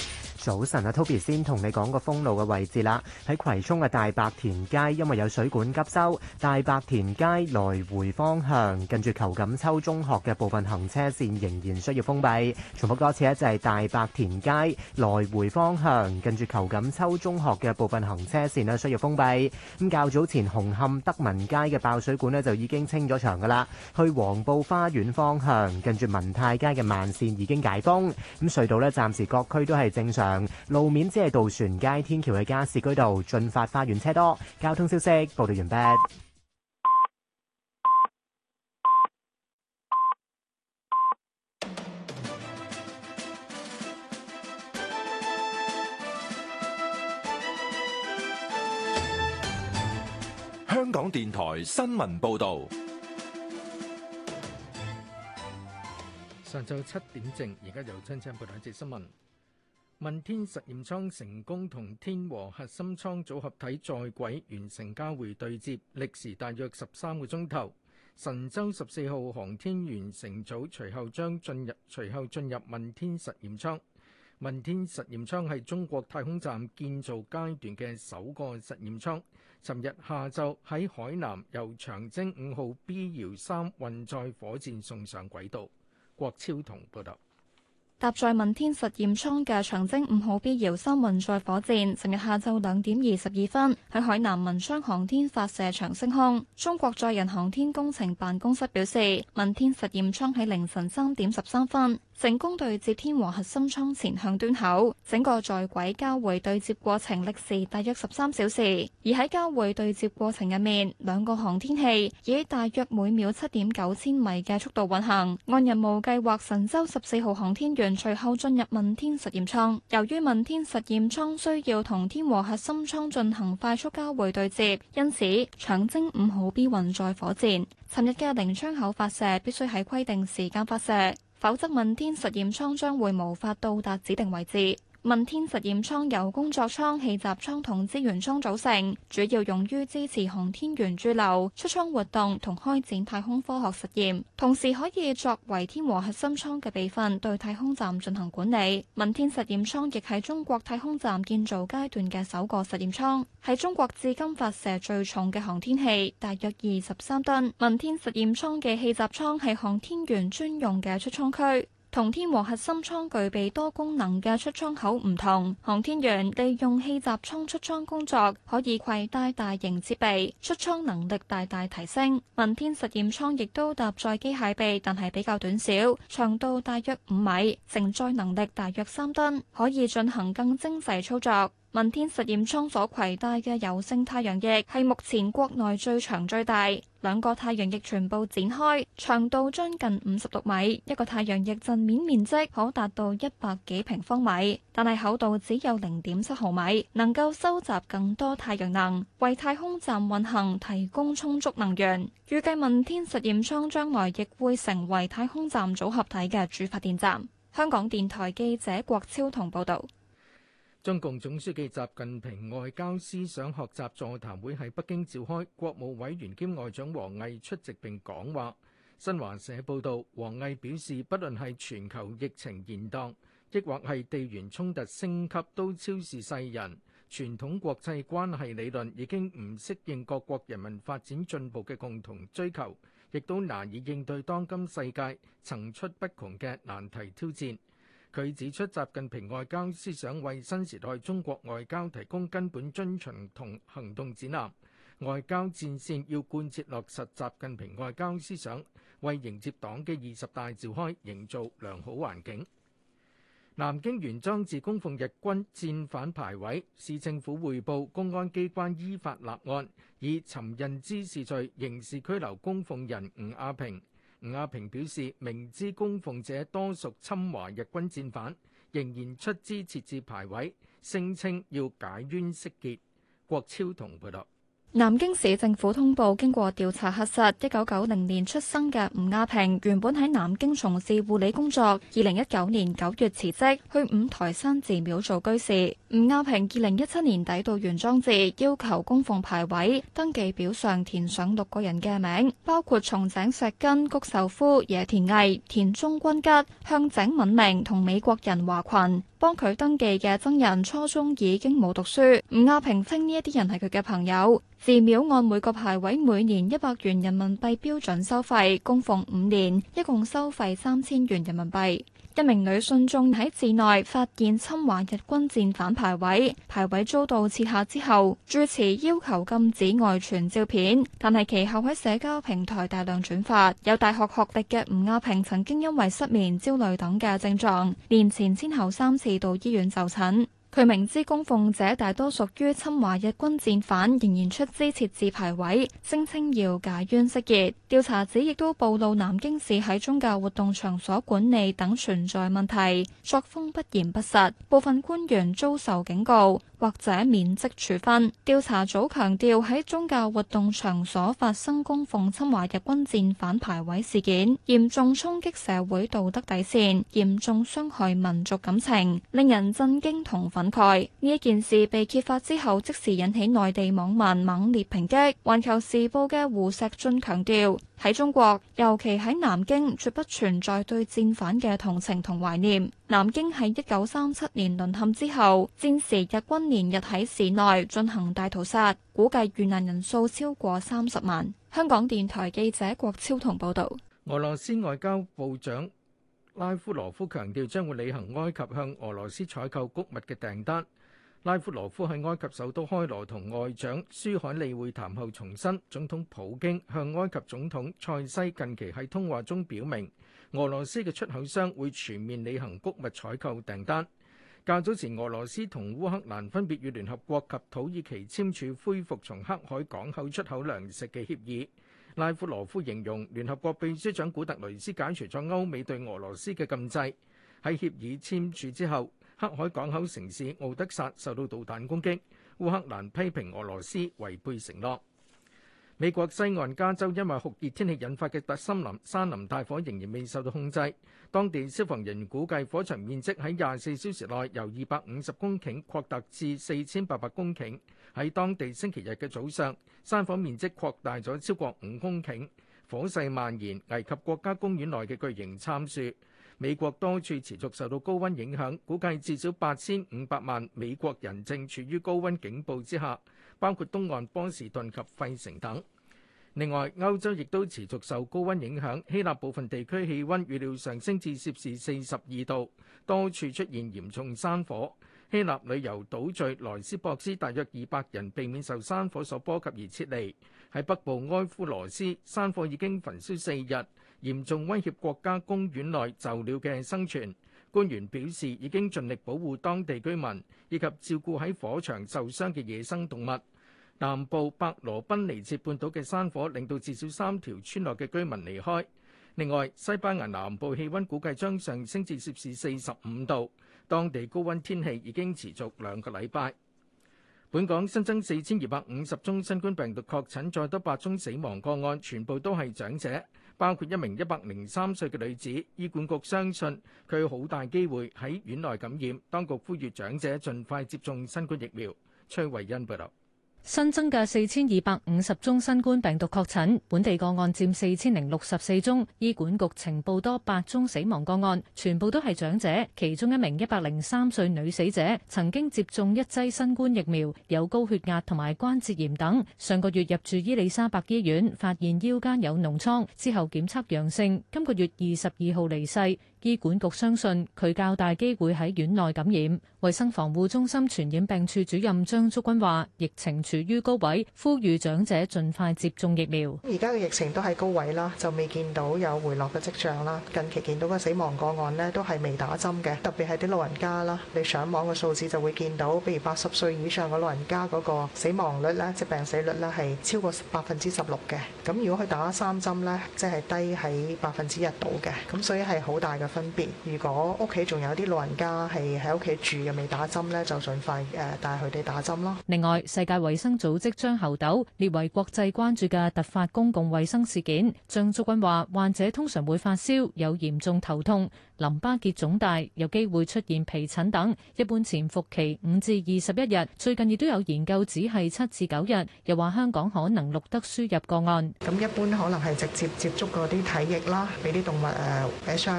早晨啊 ，Toby 先同你講個封路嘅位置啦。喺葵涌嘅大白田街，因為有水管急修，大白田街來回方向近住裘錦秋中學嘅部分行車線仍然需要封閉。重複多次就係大白田街來回方向近住裘錦秋中學嘅部分行車線咧需要封閉。咁較早前紅磡德民街嘅爆水管咧就已經清咗場噶啦，去黃埔花園方向近住民泰街嘅慢線已經解封。咁隧道咧暫時各區都係正常，路面只係渡船街天橋嘅加士居道進發花園車多。交通消息報道完畢。 香港電台新聞報導。 上晝7點正，而家由親親報道一節新聞。問天實驗艙成功同天和核心艙組合體在軌完成交會對接，歷時大約13個鐘頭。神舟14號航天員乘組隨後進入問天實驗艙。問天實驗艙係中國太空站建造階段嘅首個實驗艙。尋日下晝喺海南由長征5號 B 遙3運載火箭送上軌道。郭超同報道。 搭載問天實驗艙嘅長征5號 B 遙3運載火箭，尋日下晝2點22分喺海南文昌航天發射場升空。中國載人航天工程辦公室表示，問天實驗艙喺凌晨3點13分成功對接天和核心艙前向端口，整個在軌交會對接過程歷時大約13小時。而喺交會對接過程入面，兩個航天器以大約每秒7.9千米嘅速度運行。按任務計劃，神舟14號航天員隨後進入問天實驗艙。由於問天實驗艙需要同天和核心艙進行快速交會對接，因此長征5號 B 運載火箭尋日嘅零窗口發射必須喺規定時間發射，否則問天實驗艙將會無法到達指定位置。問天實驗艙由工作艙、氣閘艙同資源艙組成，主要用於支持航天員駐留、出艙活動同開展太空科學實驗，同時可以作為天和核心艙嘅備份，對太空站進行管理。問天實驗艙亦係中國太空站建造階段嘅首個實驗艙，係中國至今發射最重嘅航天器，大約23噸。問天實驗艙嘅氣閘艙係航天員專用嘅出艙區。同天和核心艙具備多功能嘅出艙口唔同，航天員利用氣閘艙出艙工作，可以攜帶大型設備，出艙能力大大提升。問天實驗艙亦都搭載機械臂，但係比較短小，長度大約5米，承載能力大約3噸，可以進行更精細操作。問天實驗艙所攜帶嘅柔性太陽翼係目前國內最長最大，兩個太陽翼全部展開，長度將近56米，一個太陽翼陣面面積可達到100幾平方米，但係厚度只有0.7毫米，能夠收集更多太陽能，為太空站運行提供充足能源。預計問天實驗艙將來亦會成為太空站組合體嘅主發電站。香港電台記者郭超同報道。 中共總書記習近平外交思想學習座談會喺北京召開，國務委員兼外長王毅出席並講話。新華社報道，王毅表示，不論係全球疫情延宕，抑或係地緣衝突升級，都超視世人。傳統國際關係理論已經唔適應各國人民發展進步嘅共同追求，亦都難以應對當今世界層出不窮嘅難題挑戰。佢指出，習近平外交思想為新時代中國外交提供根本遵循同行動指南，外交戰線要貫徹落實習近平外交思想，為迎接黨嘅20大召開營造良好環境。南京玄奘寺供奉日軍戰犯牌位，市政府匯報公安機關依法立案，以尋釁滋事罪刑事拘留供奉人吳亞平。吳亞平表示，明知供奉者多屬侵華日軍戰犯，仍然出資設置牌位，聲稱要解冤釋結。郭超同報道。 南京市政府通報，經過調查核實，1990年出生嘅吳亞平原本喺南京從事護理工作，2019年9月辭職，去五台山寺廟做居士。吳亞平2017年抵到玄奘寺，要求供奉牌位，登記表上填上6個人嘅名，包括松井石根、谷壽夫、野田毅、田中君吉、向井敏明同美國人華群。 幫佢登記嘅僧人初中已經冇讀書。吳亞平稱呢一啲人係佢嘅朋友。寺廟按每個牌位每年100元人民幣標準收費，供奉5年，一共收費3000元人民幣。一名女信眾喺寺內發現侵華日軍戰犯牌位，牌位遭到撤下之後，住持要求禁止外傳照片，但係其後喺社交平台大量轉發。有大學學歷嘅吳亞平曾經因為失眠、焦慮等嘅症狀，年前先後3次到醫院就診。佢明知供奉者大多屬於侵華日軍戰犯，仍然出資設置牌位，聲稱要解冤釋結。調查指亦都暴露南京市喺宗教活動場所管理等存在問題，作風不嚴不實，部分官員遭受警告或者免職處分。調查組強調喺宗教活動場所發生供奉侵華日軍戰犯牌位事件，嚴重衝擊社會道德底線，嚴重傷害民族感情，令人震驚同憤慨。呢一件事被揭發之後，即時引起內地網民猛烈抨擊。環球時報嘅胡錫進強調，喺中國，尤其喺南京，絕不存在對戰犯嘅同情同懷念。南京喺1937年淪陷之後，戰時日軍連日喺市內進行大屠殺，估計遇難人數超過30萬。香港電台記者郭超同報導。 俄羅斯外交部長拉夫羅夫強調，將會履行埃及向俄羅斯採購穀物嘅訂單。拉夫羅夫喺埃及首都開羅同外長舒海利會談後重申，總統普京向埃及總統塞西近期喺通話中表明，俄羅斯嘅出口商會全面履行穀物採購訂單。較早前，俄羅斯同烏克蘭分別與聯合國及土耳其簽署恢復從黑海港口出口糧食嘅協議。拉夫羅夫形容聯合國秘書長古特雷斯解除咗歐美對俄羅斯嘅禁制。喺協議簽署之後，黑海港口城市敖德薩受到導彈攻擊，烏克蘭批評俄羅斯違背承諾。美國西岸加州因為酷熱天氣引發嘅山林大火仍然未受到控制，當地消防人員估計火場面積喺24小時內由250公頃擴大至4800公頃。喺當地星期日嘅早上，山火面積擴大咗超過5公頃，火勢蔓延，危及國家公園內嘅巨型杉樹。美國多處持續受到高溫影響，估計至少8500萬美國人正處於高溫警報之下，包括東岸波士頓及費城等。另外，歐洲亦都持續受高溫影響，希臘部分地區氣溫預料上升至攝氏42度，多處出現嚴重山火。希臘旅遊島嶼萊斯博斯大約200人避免受山火所波及而撤離。喺北部埃夫羅斯，山火已經焚燒4日，嚴重威脅國家公園內就鳥嘅生存。官員表示已經盡力保護當地居民，以及照顧喺火場受傷嘅野生動物。南部伯羅奔尼撒半島嘅山火令到至少3條村落嘅居民離開。另外，西班牙南部氣溫估計將上升至攝氏45度，當地高溫天氣已經持續2個禮拜。本港新增4250宗新冠病毒確診，再多8宗死亡個案，全部都係長者，包括一名103歲嘅女子。醫管局相信佢好大機會喺院內感染，當局呼籲長者盡快接種新冠疫苗。崔慧欣報道。 新增嘅4250宗新冠病毒確診，本地個案佔4064宗。醫管局呈報多8宗死亡個案，全部都係長者。其中一名103歲女死者曾經接種1劑新冠疫苗，有高血壓同埋關節炎等。上個月入住伊利沙伯醫院，發現腰間有膿瘡，之後檢測陽性，今個月22號離世。醫管局相信佢較大機會喺院內感染。衛生防護中心傳染病處主任張竹君話，疫情處於高位，呼籲長者盡快接種疫苗。 而家嘅疫情都係高位啦，就未見到有回落嘅跡象啦。近期見到嘅死亡個案呢，都係未打針嘅，特別係啲老人家啦。你上網嘅數字就會見到，譬如80歲以上嘅老人家嗰個死亡率咧，即病死率咧係超過16%嘅。咁如果佢打3針咧，即係低喺1%度嘅。咁所以係好大嘅分別。如果屋企仲有啲老人家係喺屋企住嘅未打針咧，就盡快帶佢哋打針咯。 另外，世界衛生組織將猴痘列為國際關注嘅突發公共衛生事件。張竹君話，患者通常會發燒，有嚴重頭痛、淋巴結腫大，有機會出現皮疹等，一般潛伏期5至21日。最近亦都有研究只係7至9日。又話香港可能錄得輸入個案。 咁一般可能係直接接觸嗰啲體液啦，俾啲動物搲傷啊，或者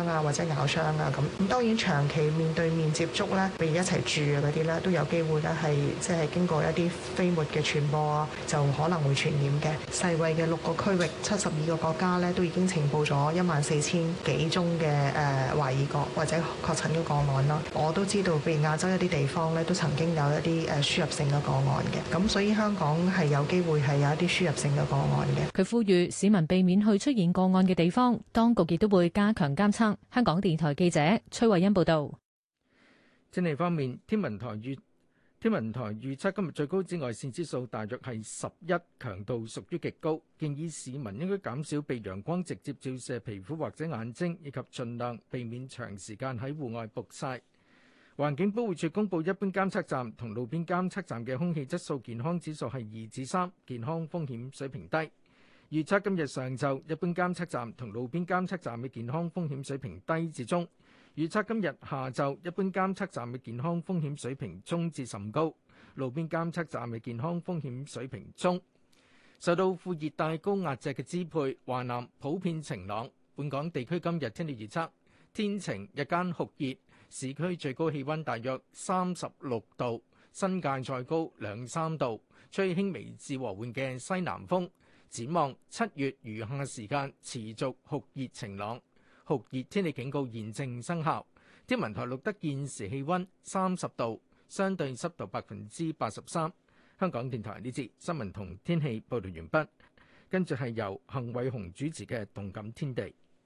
係咬傷啊咁。咁當然長期面對面接觸咧，譬如一齊住啊嗰啲咧，都有機會咧係即係經過一啲飛沫嘅傳播啊，就可能會傳染嘅。世衛嘅6個區域、72個國家咧，都已經呈報咗14,000幾宗嘅懷疑個或者確診嘅個案啦。我都知道，譬如亞洲一啲地方咧，都曾經有一啲輸入性嘅個案嘅。咁所以香港係有機會係有一啲輸入性嘅個案嘅。 佢呼籲市民避免去出現個案嘅地方，當局亦都會加強監測。香港電台記者崔慧欣報道。 天氣方面，天文台預測今日最高紫外線指數大約係11，強度屬於極高，建議市民應該減少被陽光直接照射皮膚或者眼睛，以及盡量避免長時間喺戶外曝曬。環境保護署公布，一般監測站同路邊監測站嘅空氣質素健康指數係2至3，健康風險水平低。預測今日上晝一般監測站同路邊監測站嘅健康風險水平低至中。預測今日下晝一般監測站嘅健康風險水平中至甚高，路邊監測站嘅健康風險水平中。受到副熱帶高壓脊嘅支配，華南普遍晴朗。本港地區今日天氣預測，天晴，日間酷熱，市區最高氣溫大約36度，新界再高2-3度，吹輕微至和緩嘅西南風。展望7月餘下時間持續酷熱晴朗。酷熱天氣警告現正生效。天文台錄得現時氣溫30度，相對濕度83%。香港電台呢節新聞同天氣報道完畢，跟住係由幸偉雄主持嘅《動感天地》。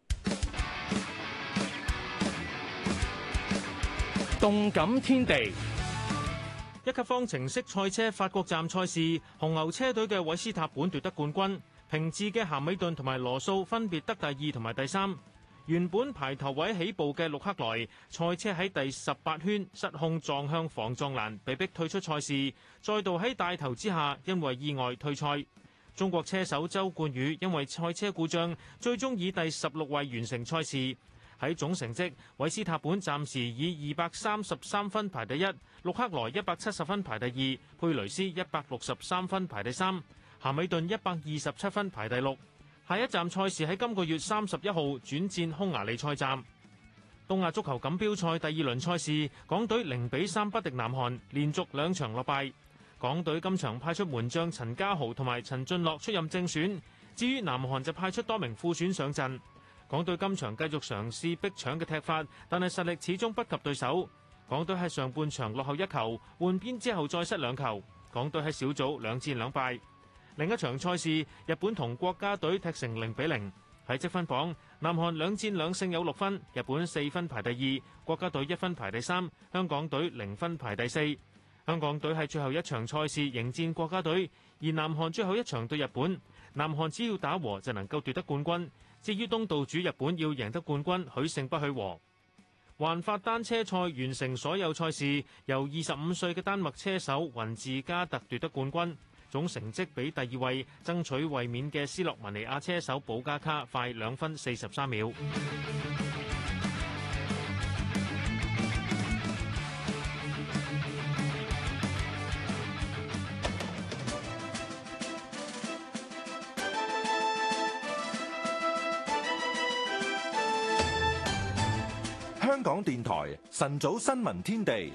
動感天地，一級方程式賽車法國站賽事，紅牛車隊嘅韋斯塔本奪得冠軍，平治嘅咸美頓同埋羅素分別得第2同埋第3。原本排頭位起步嘅陸克萊，賽車喺第18圈失控撞向防撞欄，被逼退出賽事，再度喺帶頭之下因為意外退賽。中國車手周冠宇因為賽車故障，最終以第16位完成賽事。喺總成績，韋斯塔本暫時以233分排第1，陸克萊170分排第2，佩雷斯163分排第3，咸美頓127分排第6。下一站賽事喺今個月31號轉戰匈牙利賽站。東亞足球錦標賽第2輪賽事，港隊0-3不敵南韓，連續2場落敗。港隊今場派出門將陳家豪同埋陳俊樂出任正選，至於南韓就派出多名副選上陣。港隊今場繼續嘗試逼搶嘅踢法，但係實力始終不及對手。港隊喺上半場落後1球，換邊之後再失2球。港隊喺小組2戰2敗。另一場賽事，日本同國家隊踢成0-0。喺積分榜，南韓2戰2勝有6分，日本4分排第2，國家隊1分排第3，香港隊0分排第4。香港隊喺最後一場賽事迎戰國家隊，而南韓最後一場對日本，南韓只要打和就能夠奪得冠軍。至於東道主日本要贏得冠軍，許勝不許和。環法單車賽完成所有賽事，由25歲嘅丹麥車手雲治加特奪得冠軍。總成績比第2位爭取衛冕嘅斯洛文尼亞車手保加卡快2分43秒。 香港電台晨早新聞天地。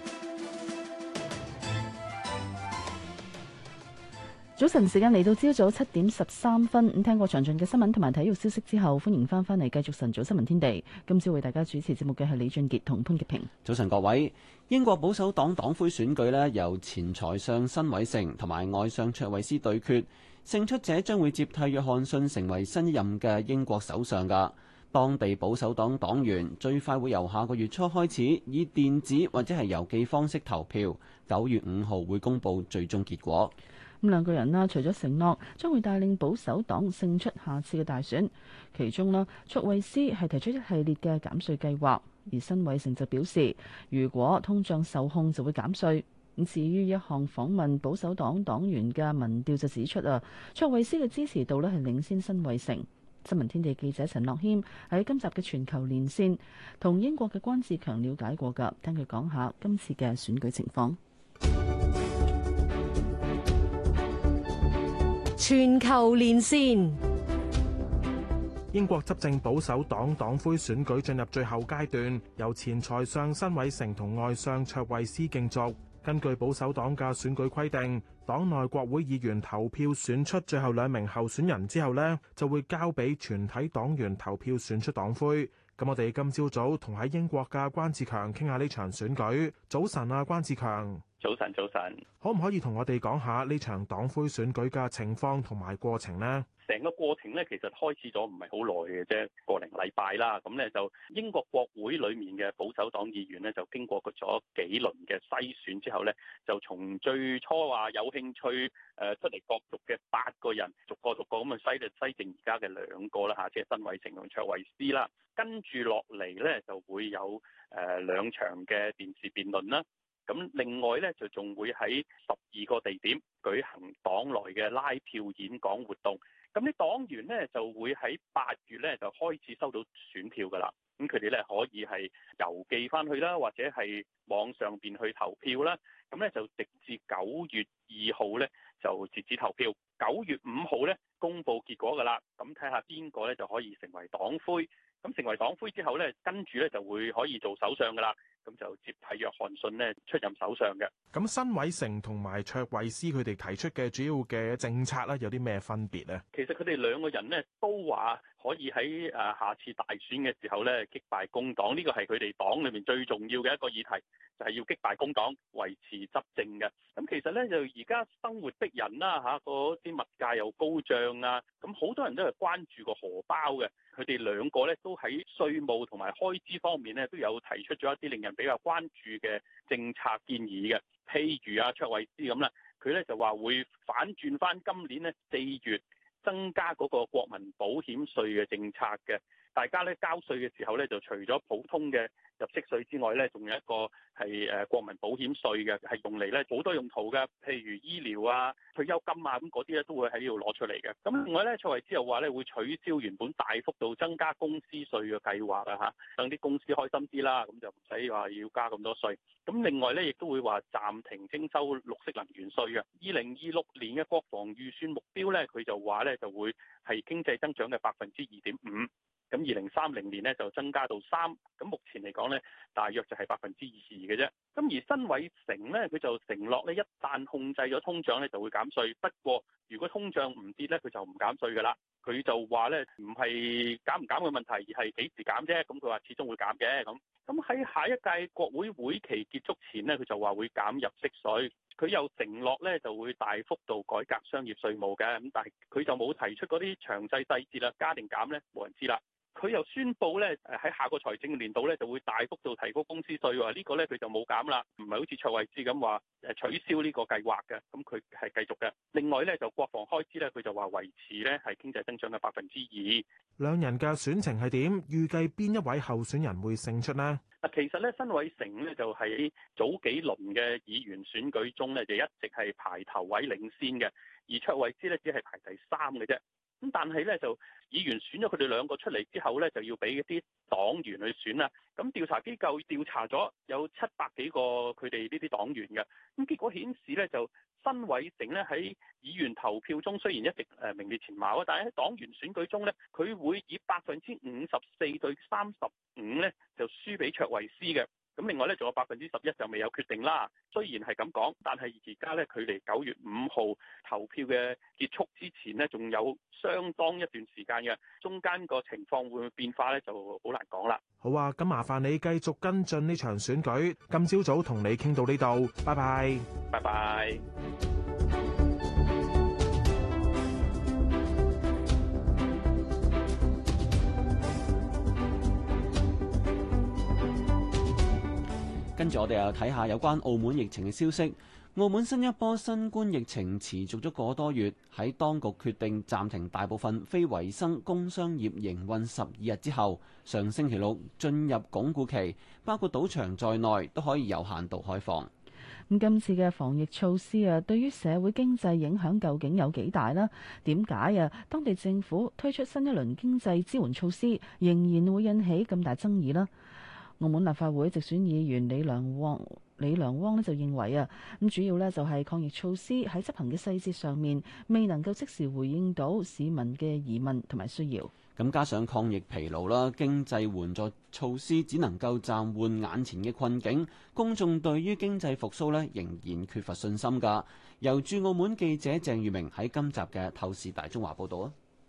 早晨時間嚟到朝早7點13分，咁聽過詳盡嘅新聞同埋體育消息之後，歡迎翻返嚟繼續晨早新聞天地。今朝為大家主持節目嘅係李俊傑同潘潔平。 早晨各位，英國保守黨黨魁選舉呢，由前財相辛偉誠同埋外相卓慧思對決，勝出者將會接替約翰遜成為新一任嘅英國首相㗎。當地保守黨黨員最快會由下個月初開始以電子或者係郵寄方式投票，9月5號會公佈最終結果。 咁兩個人啦，除咗承諾將會帶領保守黨勝出下次嘅大選，其中啦，卓慧思係提出一系列嘅減稅計劃，而辛偉誠就表示，如果通脹受控就會減稅。咁至於一項訪問保守黨黨員嘅民調就指出啊，卓慧思嘅支持度咧係領先辛偉誠。新聞天地記者陳樂謙喺今集嘅全球連線同英國嘅關志強了解過㗎，聽佢講下今次嘅選舉情況。 全球連線， 英國執政保守黨黨魁選舉進入最後階段，由前財相辛偉誠同外相卓慧思競逐。根據保守黨嘅選舉規定，黨內國會議員投票選出最後2名候選人之後呢，就會交俾全體黨員投票選出黨魁。咁我哋今朝早同喺英國嘅關志強傾下呢場選舉。早晨啊，關志強。 早晨，早晨。 可唔可以同我哋講下呢場黨魁選舉嘅情況同埋過程呢？ 成個過程咧，其實開始咗唔係好耐嘅啫，個零禮拜啦。咁咧就英國國會裡面嘅保守黨議員咧，就經過咗幾輪嘅篩選之後咧，就從最初話有興趣出嚟角逐嘅8個人，逐個咁去篩剩而家嘅2個啦嚇，即係辛偉誠同卓慧思啦。跟住落嚟咧，就會有2場嘅電視辯論啦。咁另外咧，就仲會喺12個地點舉行黨內嘅拉票演講活動。咁啲黨員咧就會喺8月咧就開始收到選票㗎啦。咁佢哋咧可以係郵寄翻去啦，或者係網上邊去投票啦。咁咧就直至9月2號咧就截止投票。9月5號咧公佈結果㗎啦。咁睇下邊個咧就可以成為黨魁。咁成為黨魁之後咧，跟住咧就會可以做首相㗎啦。咁就接替約翰遜呢出任首相嘅。 咁辛偉誠同埋卓慧思佢哋提出嘅主要嘅政策咧，有啲咩分別呢？ 其實佢哋2個人呢都話可以喺下次大選嘅時候咧擊敗工黨，呢個係佢哋黨裏面最重要嘅一個議題，就係要擊敗工黨，維持執政嘅。咁其實咧就而家生活逼人啦嚇，嗰啲物價又高漲啊，咁好多人都係關注個荷包嘅。佢哋2個咧都喺稅務同埋開支方面咧都有提出咗一啲令人比較關注嘅政策建議嘅，譬如卓慧思咁啦，佢咧就話會反轉翻今年咧4月增加嗰個國民保險稅嘅政策嘅。大家咧交稅嘅時候咧，就除咗普通嘅入息稅之外咧，仲有一個係國民保險稅嘅，係用嚟咧好多用途嘅，譬如醫療啊、退休金啊咁嗰啲咧都會喺呢度攞出嚟嘅。咁另外咧，卓慧思又話咧會取消原本大幅度增加公司稅嘅計劃啊嚇，等啲公司開心啲啦，咁就唔使話要加咁多稅。咁另外咧，亦都會話暫停徵收綠色能源稅嘅。2026年嘅國防預算目標咧，佢就話咧就會係經濟增長嘅2.5%。咁2030年咧就增加到3%，咁目前嚟講咧，大約就係2%嘅啫。咁而辛偉誠咧，佢就承諾咧，一旦控制咗通脹咧，就會減稅。不過如果通脹唔跌咧，佢就唔減稅㗎啦。佢就話咧，唔係減唔減嘅問題，而係幾時減啫。咁佢話始終會減嘅。咁喺下一屆國會會期結束前咧，佢就話會減入息稅。佢又承諾咧，就會大幅度改革商業稅務嘅。咁但係佢就冇提出嗰啲詳細細節啦，加定減咧，冇人知啦。佢又宣布咧，喺下個財政年度咧就會大幅度提高公司稅喎，呢個咧佢就冇減啦，唔係好似卓慧思咁話取消呢個計劃嘅，咁佢係繼續嘅。另外咧就國防開支咧，佢就話維持咧係經濟增長嘅2%。 兩人嘅選情係點？預計邊一位候選人會勝出呢？ 其實咧，辛偉誠咧就喺早幾輪嘅議員選舉中咧就一直係排頭位領先嘅，而卓慧思咧只係排第3嘅啫。咁但係咧就議員選咗佢哋2個出嚟之後咧，就要俾一啲黨員去選啦。咁調查機構調查咗有700幾個佢哋呢啲黨員嘅，咁結果顯示咧就辛偉誠咧喺議員投票中雖然一直名列前茅啊，但係喺黨員選舉中咧，佢會以54%對35咧就輸俾卓慧思嘅。咁另外咧，仲有11%就未有決定啦。雖然係咁講，但係而家咧距離9月5號投票嘅結束之前呢，仲有相當一段時間嘅，中間個情況會唔會變化咧，就好難講啦。 好啊，咁麻煩你繼續跟進呢場選舉。今朝早同你傾到呢度，拜拜。 拜拜。 跟住我哋又睇下有關澳門疫情嘅消息。澳門新一波新冠疫情持續咗個多月，喺當局決定暫停大部分非維生工商業營運12日之後，上星期六進入鞏固期，包括賭場在內都可以有限度開放。 咁今次嘅防疫措施啊，對於社會經濟影響究竟有幾大呢？點解啊？當地政府推出新一輪經濟支援措施，仍然會引起咁大爭議呢？澳門立法會直選議員李良汪呢就認為啊，咁主要呢就係抗疫措施喺執行嘅細節上面未能夠即時回應到市民嘅疑問同埋需要。 咁加上抗疫疲勞啦，經濟援助措施只能夠暫緩眼前嘅困境，公眾對於經濟復甦呢仍然缺乏信心㗎。由駐澳門記者鄭裕明喺今集嘅《透視大中華》報導啊。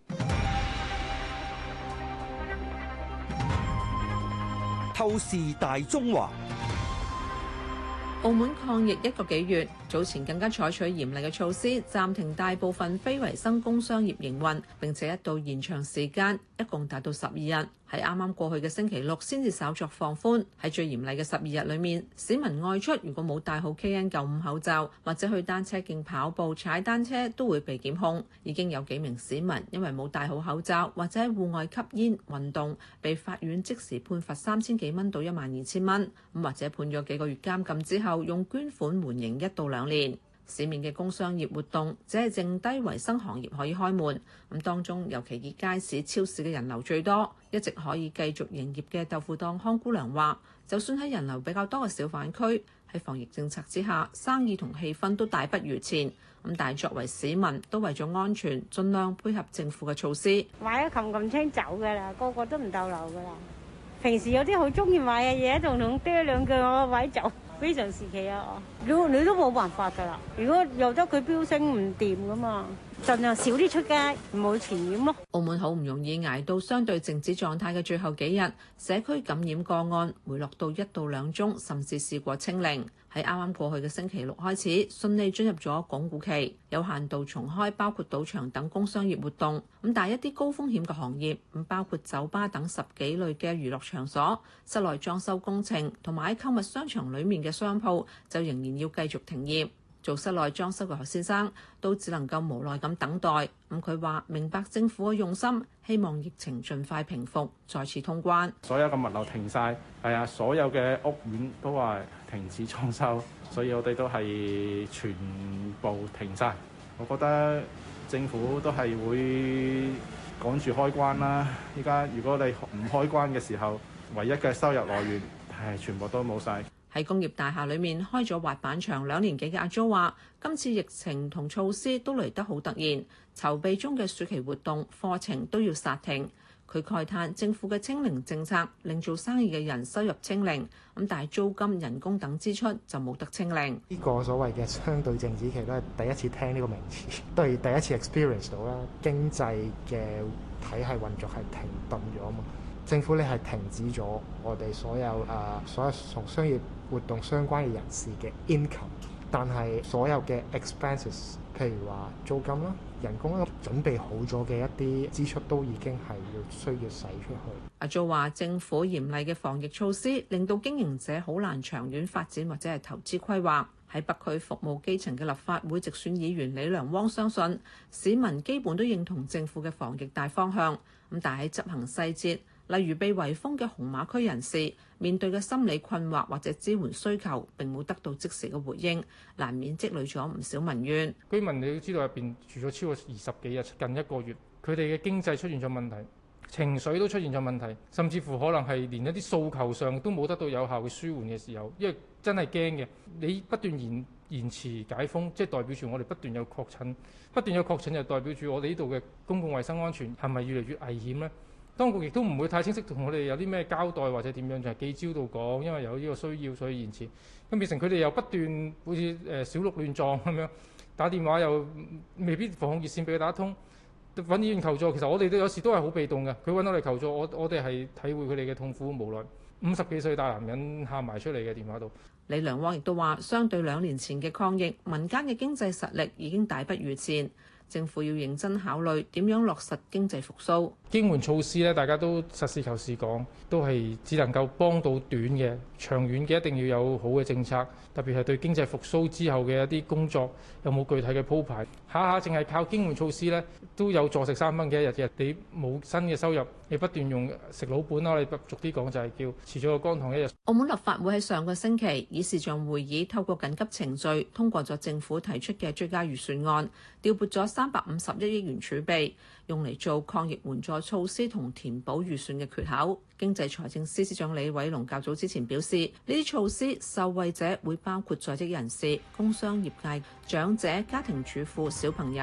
透視大中華。 澳門抗疫1個幾月，早前更加採取嚴厲嘅措施，暫停大部分非維生工商業營運，並且一度延長時間，一共達到12日。喺啱啱過去嘅星期六先至稍作放寬。喺最嚴厲嘅12日裏面，市民外出如果冇戴好 KN95 口罩，或者去單車徑跑步、踩單車，都會被檢控。已經有幾名市民因為冇戴好口罩，或者喺戶外吸煙運動，被法院即時判罰3000幾蚊到12000蚊，或者判咗幾個月監禁之後，用捐款緩刑1到2年。市面嘅工商業活動只係剩低維生行業可以開門，當中尤其以街市、超市嘅人流最多。一直可以繼續營業嘅豆腐檔康姑娘話，就算喺人流比較多嘅小販區，喺防疫政策之下，生意同氣氛都大不如前。但係作為市民，都為咗安全，盡量配合政府嘅措施。 買咗冚清走㗎啦，個個都唔逗留㗎啦。平時有啲好中意買嘅嘢，仲同嗲兩句我位走。非常時期啊！你都冇辦法㗎啦。如果由得佢飆升唔掂㗎嘛，盡量少啲出街，唔好傳染咯。 澳門好唔容易捱到相對靜止狀態嘅最後幾日，社區感染個案回落到1到2宗，甚至試過清零。喺啱啱過去嘅星期六開始，順利進入咗鞏固期，有限度重開，包括賭場等工商業活動。但係一啲高風險嘅行業，包括酒吧等10幾類嘅娛樂場所、室內裝修工程同埋喺購物商場裡面嘅商鋪，就仍然要繼續停業。做室內裝修嘅何先生都只能夠無奈咁等待。佢話明白政府嘅用心，希望疫情盡快平復，再次通關。 所有嘅物流停晒，係啊，所有嘅屋苑都話停止裝修，所以我哋都係全部停晒。我覺得政府都係會趕住開關啦。依家如果你唔開關嘅時候，唯一嘅收入來源係全部都冇晒。 喺工業大廈裏面開咗滑板場2年幾嘅阿 Jo 話，今次疫情同措施都嚟得好突然，籌備中嘅暑期活動課程都要煞停。佢慨嘆政府嘅清零政策令做生意嘅人收入清零，但係租金、人工等支出就冇得清零。 呢個所謂嘅相對靜止期都係第一次聽呢個名詞，都係第一次 experience 到啦。經濟嘅體系運作係停頓咗嘛。政府咧係停止咗我哋所有同商業活動相關嘅人士嘅 income， 但係所有嘅 expenses， 譬如話租金啦、人工啦，準備好咗嘅一啲支出都已經係需要使出去。 阿 Jo 話：政府嚴厲嘅防疫措施令到經營者好難長遠發展或者係投資規劃。喺北區服務基層嘅立法會直選議員李良汪相信市民基本都認同政府嘅防疫大方向，但係喺執行細節，例如被圍封嘅紅碼區人士面對嘅心理困惑或者支援需求並冇得到即時嘅回應，難免積累咗唔少民怨。 居民你要知道入邊住咗超過20幾日，近1個月，佢哋嘅經濟出現咗問題，情緒都出現咗問題，甚至乎可能係連一啲訴求上都冇得到有效嘅舒緩嘅時候，因為真係驚嘅。你不斷延遲解封，即係代表住我哋不斷有確診，不斷有確診就代表住我哋呢度嘅公共衛生安全係咪越嚟越危險呢？當局亦都唔會太清晰同我哋有啲咩交代或者點樣，就係記招到講，因為有呢個需要所以延遲，咁變成佢哋又不斷好似小鹿亂撞咁樣，打電話又未必防控熱線俾佢打通，揾議員求助。其實我哋都有時都係好被動嘅，佢揾我哋求助，我哋係體會佢哋嘅痛苦無奈。50幾歲大男人喊埋出嚟嘅電話度。 李良汪亦都話，相對2年前嘅抗疫，民間嘅經濟實力已經大不如前。政府要認真考慮點樣落實經濟復甦。 經援措施咧，大家都實事求是講，都係只能夠幫到短嘅，長遠嘅一定要有好嘅政策，特別係對經濟復甦之後嘅一啲工作有冇具體嘅鋪排。下淨係靠經援措施咧，都有坐食3分嘅一日嘅，你冇新嘅收入，你不斷用食老本啦，你俗啲講就係叫遲咗個乾塘一日。 澳門立法會喺上個星期以視像會議透過緊急程序通過咗政府提出嘅追加預算案，調撥咗351億元儲備，用嚟做抗疫援助措施同填補預算嘅缺口。經濟財政司司長李偉龍較早之前表示，呢啲措施受惠者會包括在職人士、工商業界、長者、家庭主婦、小朋友。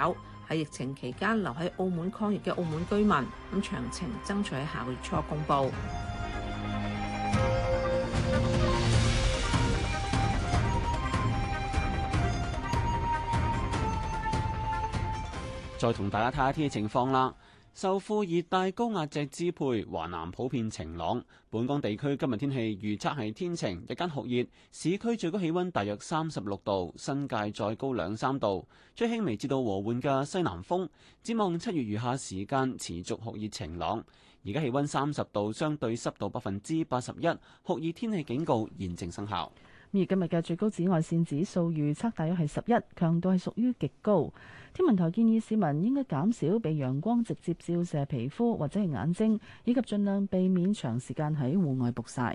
喺疫情期間留喺澳門抗疫嘅澳門居民。咁詳情爭取喺下個月初公佈。 再同大家睇下天氣情況啦。受副熱帶高壓脊支配，華南普遍晴朗。本港地區今日天氣預測係天晴，日間酷熱，市區最高氣溫大約36度，新界再高2-3度，吹輕微至到和緩嘅西南風。展望7月餘下時間持續酷熱晴朗。而家氣溫30度，相對濕度81%，酷熱天氣警告現正生效。 而今日嘅最高紫外線指數預測大約係11，強度係屬於極高。天文台建議市民應該減少被陽光直接照射皮膚或者係眼睛，以及盡量避免長時間喺戶外曝曬。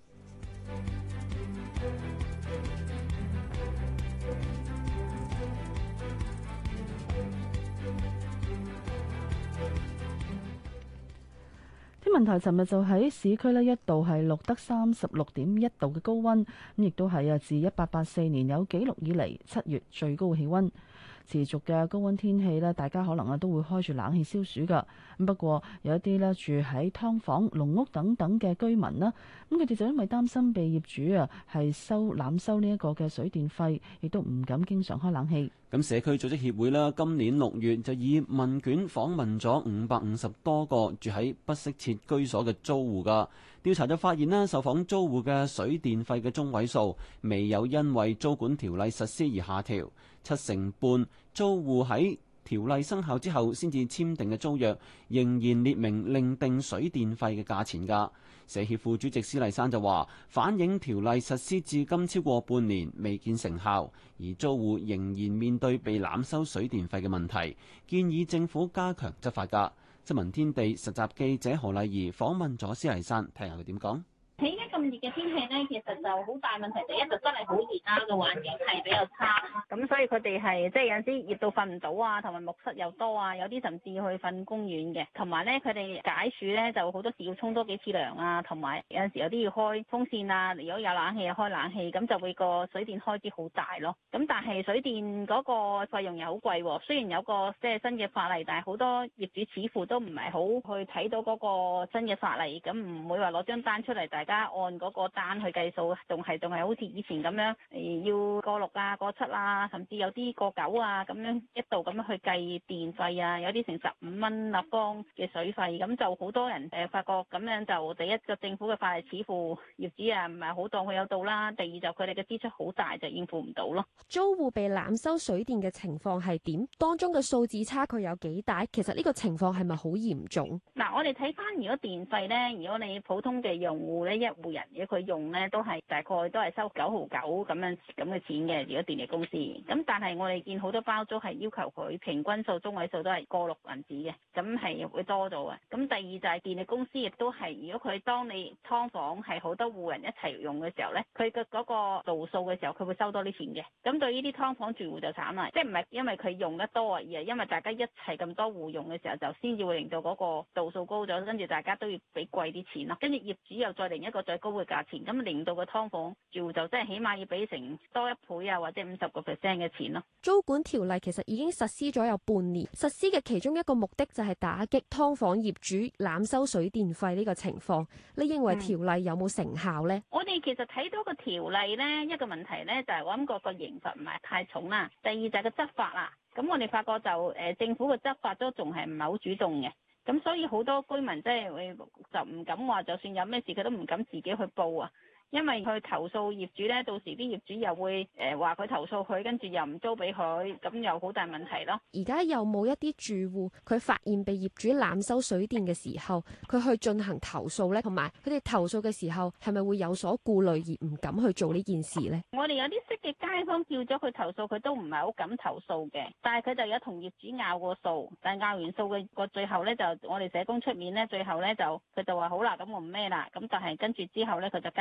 天文台尋日就喺市區一度係錄得36.1度嘅高溫，咁亦都係自1884年有紀錄以嚟7月最高氣溫。持續嘅高溫天氣大家可能都會開住冷氣消暑㗎。咁不過有一啲住喺劏房、農屋等等嘅居民啦，咁佢哋就因為擔心被業主係濫收呢一個嘅水電費，亦都唔敢經常開冷氣。 咁社區組織協會啦，今年6月就以問卷訪問咗550多個住喺不適切居所嘅租戶㗎。調查就發現啦，受訪租戶嘅水電費嘅中位數未有因為租管條例實施而下調，7成半租戶喺條例生效之後先至簽訂嘅租約，仍然列明另定水電費嘅價錢㗎。社協副主席施麗珊就話，反映條例實施至今超過半年未見成效，而租戶仍然面對被濫收水電費嘅問題，建議政府加強執法㗎。新聞天地實習記者何麗儀訪問咗施麗珊，聽下佢點講。 喺而家咁熱嘅天氣咧，其實就好大問題。第一就真係好熱啦，個環境係比較差，咁所以佢哋係即係有陣時熱到瞓唔到啊，同埋木虱又多啊，有啲甚至去瞓公園嘅。同埋咧，佢哋解暑咧就好多時要沖多幾次涼啊，同埋有陣時有啲要開風扇啊，如果有冷氣又開冷氣，咁就會個水電開支好大咯。咁但係水電嗰個費用又好貴喎。雖然有個即係新嘅法例，但係好多業主似乎都唔係好去睇到嗰個新嘅法例，咁唔會話攞張單出嚟大家按嗰個單去計數，仲係好似以前咁樣，要過6啊、過7啊，甚至有啲過9啊，咁樣一度咁樣去計電費啊，有啲成15蚊立方嘅水費，咁就好多人發覺咁樣就第一個政府嘅法例似乎業主唔係好當佢有到啦，第二就佢哋嘅支出好大，就應付唔到咯。 租戶被濫收水電嘅情況係點？當中嘅數字差距有幾大？其實呢個情況係咪好嚴重？ 嗱，我哋睇翻如果電費咧，如果你普通嘅用戶咧，一戶人如果佢用咧都係大概都係收9毫9咁嘅錢嘅，如果電力公司。咁但係我哋見好多包租係要求佢平均數中位數都係過6銀紙嘅，咁係會多咗嘅。咁第二就係電力公司亦都係，如果佢當你劏房係好多戶人一齊用嘅時候咧，佢嘅嗰個度數嘅時候，佢會收多啲錢嘅。咁對呢啲劏房住戶就慘啦，即係唔係因為佢用得多啊，而係因為大家一齊咁多戶用嘅時候，就先至會令到嗰個度數高咗，跟住大家都要俾貴啲錢啦。跟住業主又再另一個最高嘅價錢，咁令到個劏房住戶就真係起碼要俾成多1倍啊，或者50% 嘅錢咯。 租管條例其實已經實施咗有半年，實施嘅其中一個目的就係打擊劏房業主濫收水電費呢個情況。你認為條例有冇成效呢？ 我哋其實睇到個條例呢，一個問題呢就係我諗個刑罰唔係太重啦。第二就係個執法啦。咁我哋發覺就政府嘅執法都仲係唔係好主動嘅。咁所以好多居民即係會就唔敢話，就算有咩事佢都唔敢自己去報啊。因為去投訴業主咧，到時啲業主又會話佢投訴佢，跟住又唔租俾佢，咁又好大問題咯。 而家有冇一啲住戶佢發現被業主濫收水電嘅時候，佢去進行投訴咧？同埋佢哋投訴嘅時候係咪會有所顧慮而唔敢去做呢件事咧？ 我哋有啲識嘅街坊叫咗佢投訴，佢都唔係好敢投訴嘅。但係佢就有同業主拗過數，但係拗完數嘅個最後咧，就我哋社工出面咧，最後咧就佢就話好啦，咁我唔咩啦。咁但係跟住之後咧，佢就加翻佢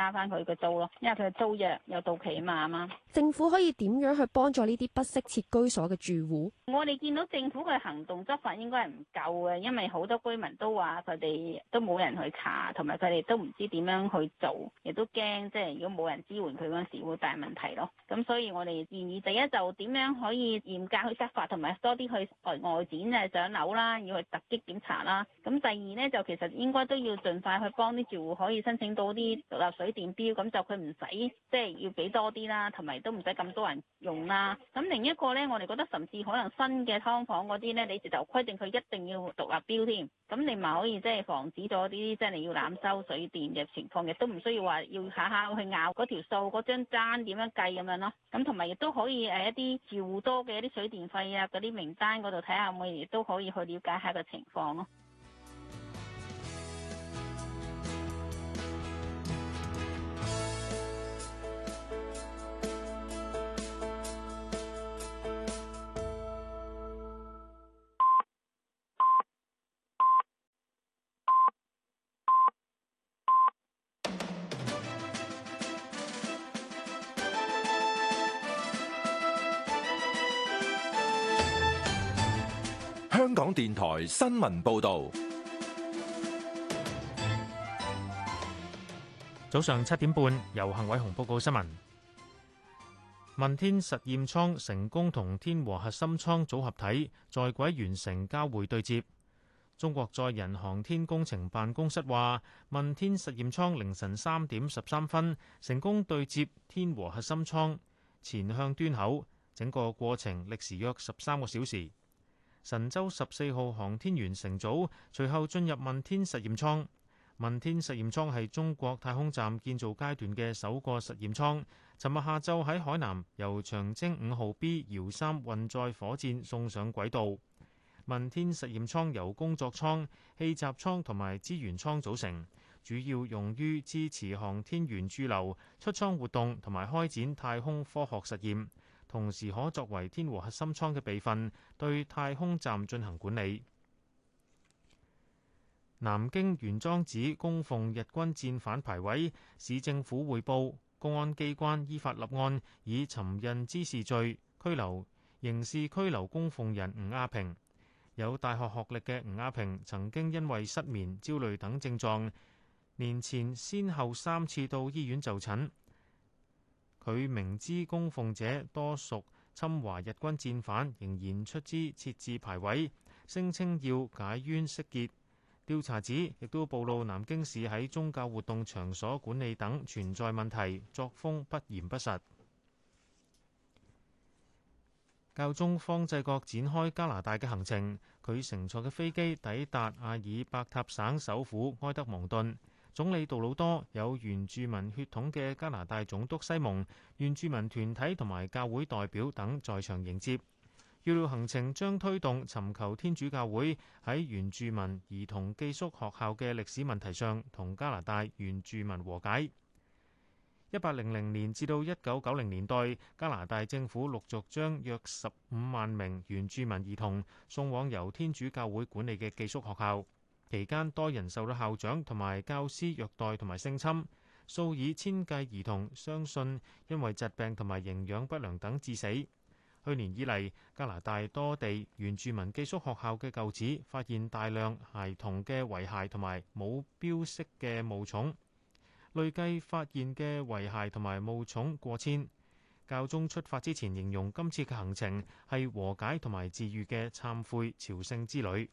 佢嘅租咯，因為佢嘅租約有到期啊嘛。 政府可以點樣去幫助呢啲不適切居所嘅住戶？ 我哋見到政府嘅行動執法應該係唔夠嘅，因為好多居民都話佢哋都冇人去查，同埋佢哋都唔知點樣去做，亦都驚即係如果冇人支援佢嗰陣時會大問題咯。咁所以我哋建議第一就點樣可以嚴格去執法，同埋多啲去外展上樓啦，要去突擊檢查啦。咁第二呢，就其實應該都要盡快去幫啲住戶可以申請到啲獨立水電錶，咁就佢唔使即係要俾多啲啦，同埋都唔使咁多人用啦。咁另一個呢，我哋覺得甚至可能新嘅劏房嗰啲呢，你就規定佢一定要獨立錶添，咁你咪可以即係防止咗啲即係你要濫收水電嘅情況，亦都唔需要話要下下去拗嗰條數嗰張單點樣計咁樣咯。咁同埋亦都可以一啲住戶多嘅一啲水電費啊嗰啲名單嗰度睇下，我哋亦都可以去了解下個情況咯。 香港電台新聞報導， 早上7點半，由幸偉雄報告新聞。問天實驗艙成功同天和核心艙組合體在軌完成交會對接。中國載人航天工程辦公室話，問天實驗艙凌晨3點13分成功對接天和核心艙前向端口，整個過程歷時約13個小時。神舟14號航天員乘組隨後進入問天實驗艙。問天實驗艙係中國太空站建造階段嘅首個實驗艙。尋日下晝喺海南由長征5號 B 遙3運載火箭送上軌道。問天實驗艙由工作艙、氣閘艙同埋資源艙組成，主要用於支持航天員駐留、出艙活動同埋開展太空科學實驗。同時可作為天和核心艙嘅備份，對太空站進行管理。南京玄奘寺供奉日軍戰犯牌位，市政府匯報，公安機關依法立案，以尋釁滋事罪刑事拘留供奉人吳亞平。有大學學歷嘅吳亞平曾經因為失眠、焦慮等症狀，年前先後3次到醫院就診。佢明知供奉者多屬侵華日軍戰犯，仍然出資設置牌位，聲稱要解冤釋結。調查指亦都暴露南京市喺宗教活動場所管理等存在問題，作風不嚴不實。教宗方濟各展開加拿大嘅行程，佢乘坐嘅飛機抵達阿爾伯塔省首府埃德蒙頓。總理杜魯多、有原住民血統嘅加拿大總督西蒙、原住民團體同埋教會代表等在場迎接。預料行程將推動尋求天主教會喺原住民兒童寄宿學校嘅歷史問題上同加拿大原住民和解。1800年至到1990年代，加拿大政府陸續將約15萬名原住民兒童送往由天主教會管理嘅寄宿學校。期間多人受到校長同埋教師虐待同埋性侵，數以千計兒童相信因為疾病同埋營養不良等致死。去年以嚟，加拿大多地原住民寄宿學校嘅舊址發現大量孩童嘅遺骸同埋冇標識嘅墓冢，累計發現嘅遺骸同埋墓冢過千。教宗出發之前形容今次嘅行程係和解同埋治癒嘅懺悔朝聖之旅。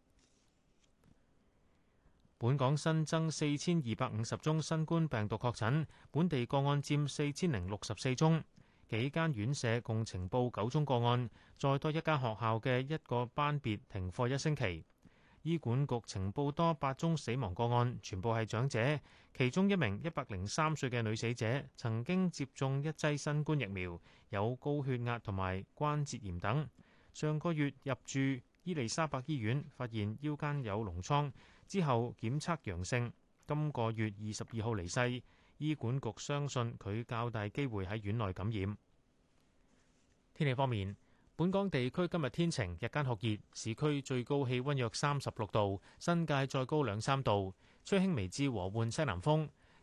本港新增4250宗新冠病毒確診，本地個案佔4064宗。幾間院舍共呈報9宗個案，再多一間學校嘅一個班別停課1星期。醫管局呈報多8宗死亡個案，全部係長者，其中一名103歲嘅女死者曾經接種1劑新冠疫苗，有高血壓同埋關節炎等。上個月入住伊利沙伯醫院，發現腰間有膿瘡，之後檢測陽性，今個月22號離世。醫管局相信佢較大機會喺院內感染。天氣方面，本港地區今日天晴，日間酷熱，市區最高氣溫約36度，新界再高2-3度，吹輕微至和緩西南風。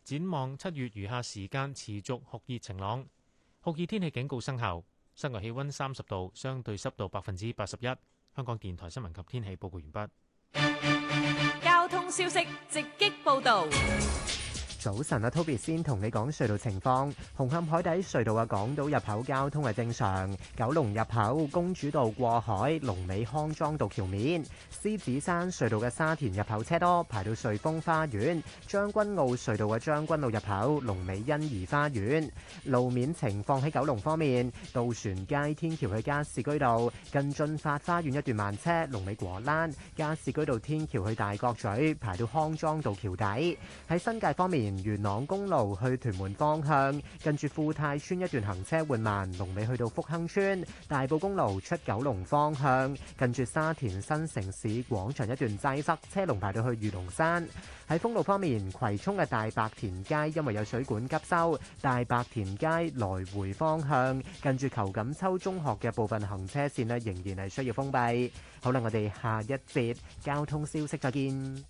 展望7月餘下時間持續酷熱晴朗，酷熱天氣警告生效。室外氣溫30度，相對濕度81%。香港電台新聞及天氣報告完畢。 交通消息直擊報導。 早晨啊 ，Toby 先同你講隧道情況。紅磡海底隧道嘅港島入口交通係正常。九龍入口公主道過海，龍尾康莊道橋面。獅子山隧道嘅沙田入口車多，排到瑞豐花園。將軍澳隧道嘅將軍澳入口，龍尾欣怡花園。路面情況喺九龍方面，渡船街天橋去加士居道近駿發花園一段慢車，龍尾果欄。加士居道天橋去大角咀，排到康莊道橋底。喺新界方面，元朗公路去屯門方向，近住富泰村一段行車緩慢，龍尾去到福亨村。大埔公路出九龍方向，近住沙田新城市廣場一段擠塞，車龍排到去御龍山。喺封路方面，葵涌嘅大白田街因為有水管急修，大白田街來回方向近住裘錦秋中學嘅部分行車線仍然係需要封閉。好啦，我哋下一節交通消息再見。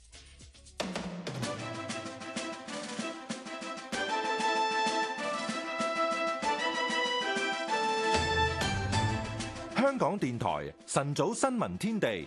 香港電台晨早新聞天地，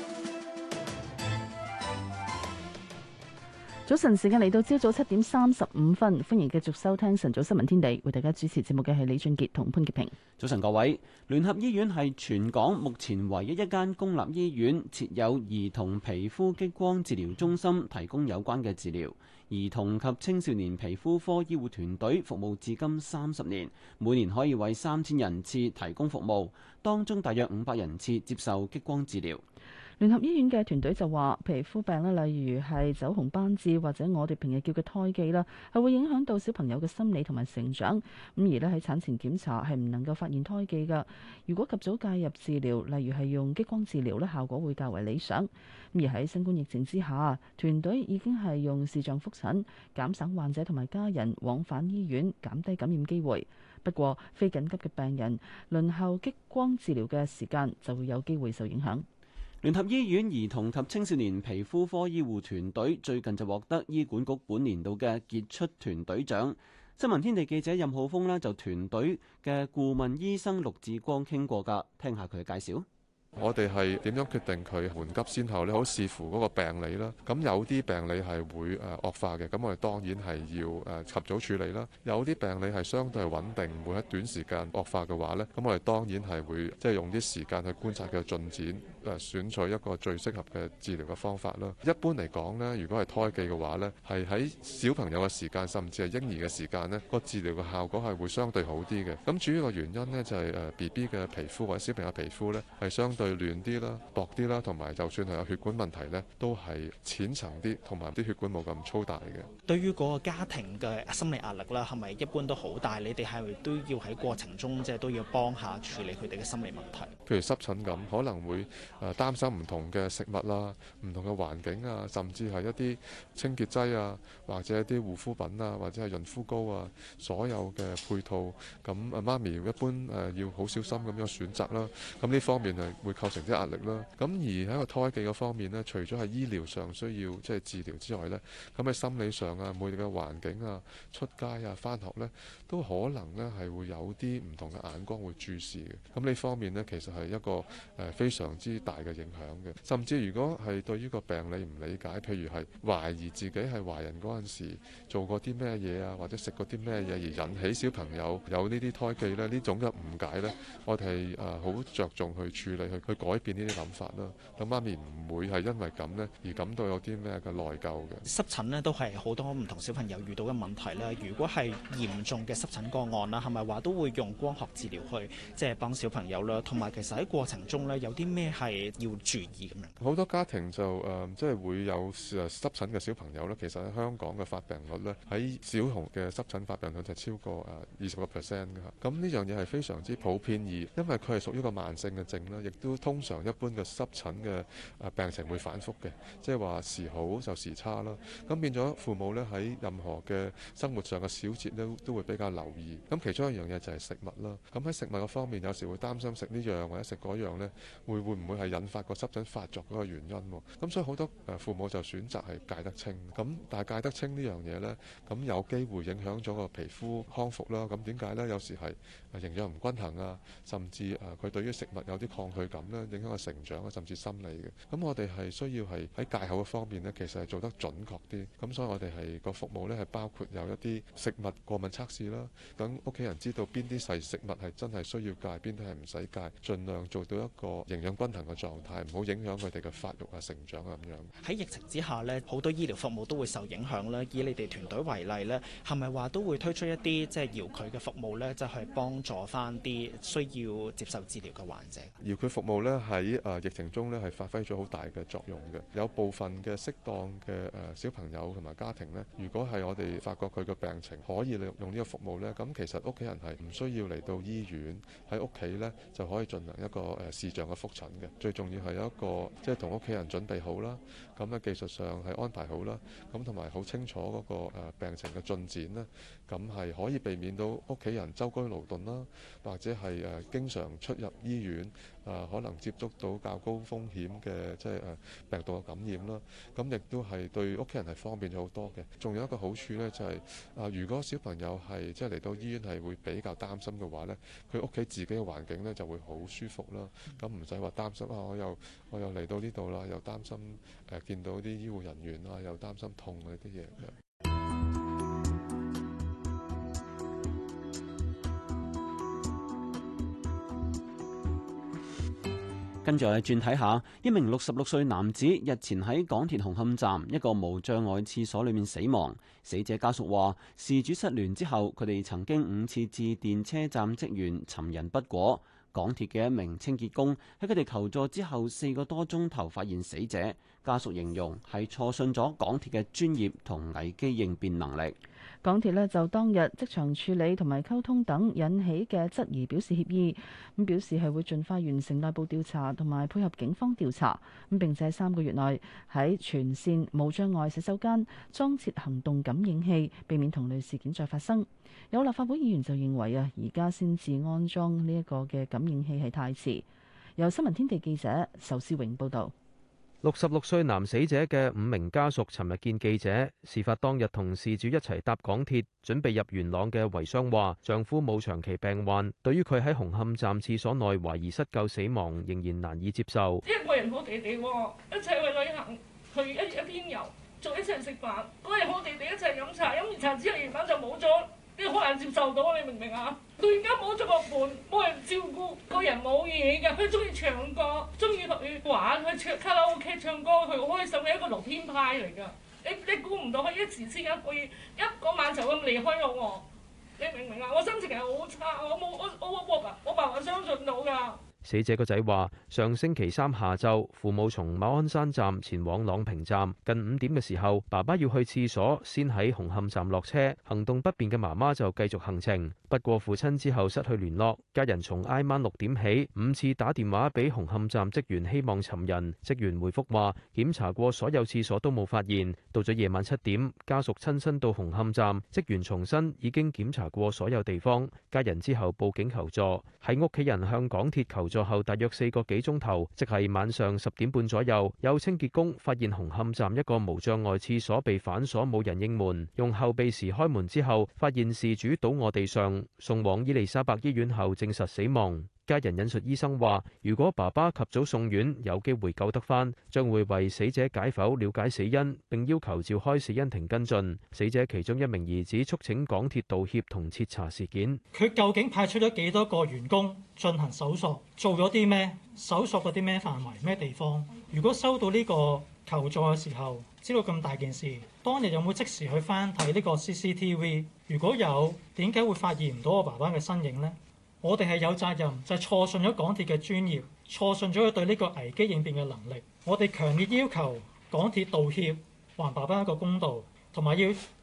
早晨時間嚟到朝早7點35分，歡迎繼續收聽晨早新聞天地，為大家主持節目嘅係李俊傑同潘潔平。 早晨各位，聯合醫院係全港目前唯一一間公立醫院設有兒童皮膚激光治療中心，提供有關嘅治療。兒童及青少年皮膚科醫護團隊服務至今30年，每年可以為3000人次提供服務，當中大約500人次接受激光治療。 聯合醫院嘅團隊就話，皮膚病咧，例如係酒紅斑痣或者我哋平日叫嘅胎記啦，係會影響到小朋友嘅心理同埋成長。咁而咧喺產前檢查係唔能夠發現胎記㗎。如果及早介入治療，例如係用激光治療咧，效果會較為理想。而喺新冠疫情之下，團隊已經係用視像覆診，減省患者同埋家人往返醫院，減低感染機會。不過，非緊急嘅病人輪候激光治療嘅時間就會有機會受影響。 聯合醫院兒童及青少年皮膚科醫護團隊最近就獲得醫管局本年度嘅傑出團隊獎。新聞天地記者任浩峰呢就團隊嘅顧問醫生陸志光傾過㗎，聽下佢嘅介紹。 我哋係點樣決定佢緩急先後呢？好視乎嗰個病理啦。咁有啲病理係會惡化嘅，咁我哋當然係要及早處理啦。有啲病理係相對穩定，唔會喺短時間惡化嘅話呢，咁我哋當然係會即係用啲時間去觀察佢嘅進展，選取一個最適合嘅治療嘅方法啦。一般嚟講呢，如果係胎記嘅話呢，係喺小朋友嘅時間，甚至係嬰兒嘅時間呢，個治療嘅效果係會相對好啲嘅。咁主要嘅原因呢，就係BB 嘅皮膚或者小朋友皮膚呢，係相對亂啲啦、薄啲啦，同埋就算係有血管問題呢，都係淺層啲，同埋啲血管冇咁粗大嘅。 對於嗰個家庭嘅心理壓力啦，係咪一般都好大？你哋係咪都要喺過程中即係都要幫下處理佢哋嘅心理問題？ 譬如濕疹咁，可能會擔心唔同嘅食物啦、唔同嘅環境啊，甚至係一啲清潔劑啊，或者一啲護膚品啊，或者係潤膚膏啊，所有嘅配套，咁媽咪一般要好小心咁樣選擇啦。咁呢方面係會構成啲壓力啦。咁而喺個胎記嘅方面呢，除咗係醫療上需要即係治療之外呢，咁喺心理上啊，每日嘅環境啊、出街啊、返學呢，都可能呢係會有啲唔同嘅眼光會注視嘅。咁呢方面呢，其實係一個非常之大嘅影響嘅。甚至如果係對於個病理唔理解，譬如係懷疑自己係懷孕嗰陣時做過啲咩嘢啊，或者食過啲咩嘢而引起小朋友有呢啲胎記呢，呢種嘅誤解呢，我哋係好着重去處理去改變呢啲諗法啦。咁媽咪唔會係因為咁呢而感到有啲咩嘅內疚嘅。 濕疹呢都係好多唔同小朋友遇到嘅問題啦。如果係嚴重嘅濕疹個案啦，係咪話都會用光學治療去即係幫小朋友啦？同埋其實喺過程中呢，有啲咩係要注意咁樣？ 好多家庭就即係會有濕疹嘅小朋友咧。其實喺香港嘅發病率呢，喺小童嘅濕疹發病率就超過20%嘅。咁呢樣嘢係非常之普遍，而因為佢係屬於一個慢性嘅症啦，亦都都通常一般嘅濕疹嘅病情會反覆嘅，即係話時好就時差啦。咁變咗父母呢，喺任何嘅生活上嘅小節呢，都會比較留意。咁其中一樣嘢就係食物啦。咁喺食物嘅方面，有時會擔心食呢樣或者食嗰樣呢，會唔會係引發個濕疹發作嗰個原因喎？咁所以好多父母就選擇係戒得清。咁但係戒得清呢樣嘢呢，咁有機會影響咗個皮膚康復啦。咁點解呢？有時係營養唔均衡啊，甚至佢對於食物有啲抗拒感咧，影響個成長啊，甚至心理嘅。咁我哋係需要係喺戒口嘅方面呢，其實係做得準確啲。咁所以我哋係個服務呢，係包括有一啲食物過敏測試啦，等屋企人知道邊啲係食物係真係需要戒，邊啲係唔使戒，盡量做到一個營養均衡嘅狀態，唔好影響佢哋嘅發育啊、成長啊咁樣。 喺疫情之下呢，好多醫療服務都會受影響啦。以你哋團隊為例呢，係咪話都會推出一啲即係遙距嘅服務呢？就係幫助翻啲需要接受治療嘅患者？ 遙距服務呢，喺疫情中呢，係發揮咗好大嘅作用嘅。有部分嘅適當嘅小朋友同埋家庭呢，如果係我哋發覺佢嘅病情可以用呢個服務呢，咁其實屋企人係唔需要嚟到醫院，喺屋企呢就可以進行一個視像嘅覆診嘅。最重要係有一個即係同屋企人準備好啦，咁喺技術上係安排好啦，咁同埋好清楚嗰個病情嘅進展呢，咁係可以避免到屋企人舟車勞頓啦，或者係經常出入醫院，可能接觸到較高風險嘅即係病毒嘅感染啦。咁亦都係對屋企人係方便咗好多嘅。仲有一個好處呢，就係如果小朋友係即係嚟到醫院係會比較擔心嘅話呢，佢屋企自己嘅環境呢就會好舒服啦。咁唔使話擔心我又嚟到呢度啦，又擔心見到啲醫護人員啊，又擔心痛嗰啲嘢。 跟住我哋轉睇下，一名66歲男子日前喺港鐵紅磡站一個無障礙廁所裏面死亡。死者家屬話，事主失聯之後，佢哋曾經5次致電車站職員尋人不果。港鐵嘅一名清潔工喺佢哋求助之後4個多鐘頭發現死者，家屬形容係錯信咗港鐵嘅專業同危機應變能力。 港鐵就當日即場處理同埋溝通等引起嘅質疑表示歉意，咁表示係會盡快完成內部調查同埋配合警方調查，咁並且3個月內喺全線無障礙洗手間裝設行動感應器，避免同類事件再發生。有立法會議員就認為而家先至安裝呢一個嘅感應器係太遲。由新聞天地記者仇思榮報導。 66歲男死者嘅5名家屬尋日見記者，事發當日同事主一齊搭港鐵準備入元朗嘅遺孀話，丈夫冇長期病患，對於佢喺紅磡站廁所內懷疑失救死亡，仍然難以接受。 一個人好地地喎，一齊去旅行，去一邊遊，仲一齊食飯，嗰日好地地一齊飲茶，飲完茶之後夜晚就冇咗。你好難接受到，你明唔明啊？佢而家冇咗個伴，冇人照顧，個人冇嘢嘅。佢中意唱歌，中意去玩，去唱卡拉 OK 唱歌，佢好開心嘅一個樂天派嚟㗎。你估唔到佢一時之間可以一個晚就咁離開咗我，你明唔明啊？我心情係好差，我爸爸相信到㗎。 死者個仔話：上星期3下晝，父母從馬鞍山站前往朗屏站，近5點嘅時候，爸爸要去廁所，先喺紅磡站落車。行動不便嘅媽媽就繼續行程。不過父親之後失去聯絡，家人從挨晚6點起5次打電話俾紅磡站職員，希望尋人。職員回覆話：檢查過所有廁所都冇發現。到咗夜晚7點，家屬親身到紅磡站，職員重申已經檢查過所有地方。家人之後報警求助，喺屋企人向港鐵求助後大約4個幾鐘頭，即係晚上10點半左右，有清潔工發現紅磡站一個無障礙廁所被反鎖，冇人應門，用後備匙開門之後，發現事主倒卧地上，送往伊利沙伯醫院後證實死亡。家人引述醫生話，如果爸爸及早送院，有機會救得返，將會為死者解剖了解死因，並要求召開死因庭跟進。死者其中一名兒子促請港鐵道歉同徹查事件。 佢究竟派出咗幾多個員工進行搜索？做咗啲咩？搜索嗰啲咩範圍？咩地方？如果收到呢個求助嘅時候，知道咁大件事，當日有冇即時去翻睇呢個 CCTV？ 如果有，點解會發現唔到我爸爸嘅身影呢？我哋係有責任，就係錯信咗港鐵嘅專業，錯信咗佢對呢個危機應變嘅能力。我哋強烈要求港鐵道歉，還爸爸一個公道，同埋要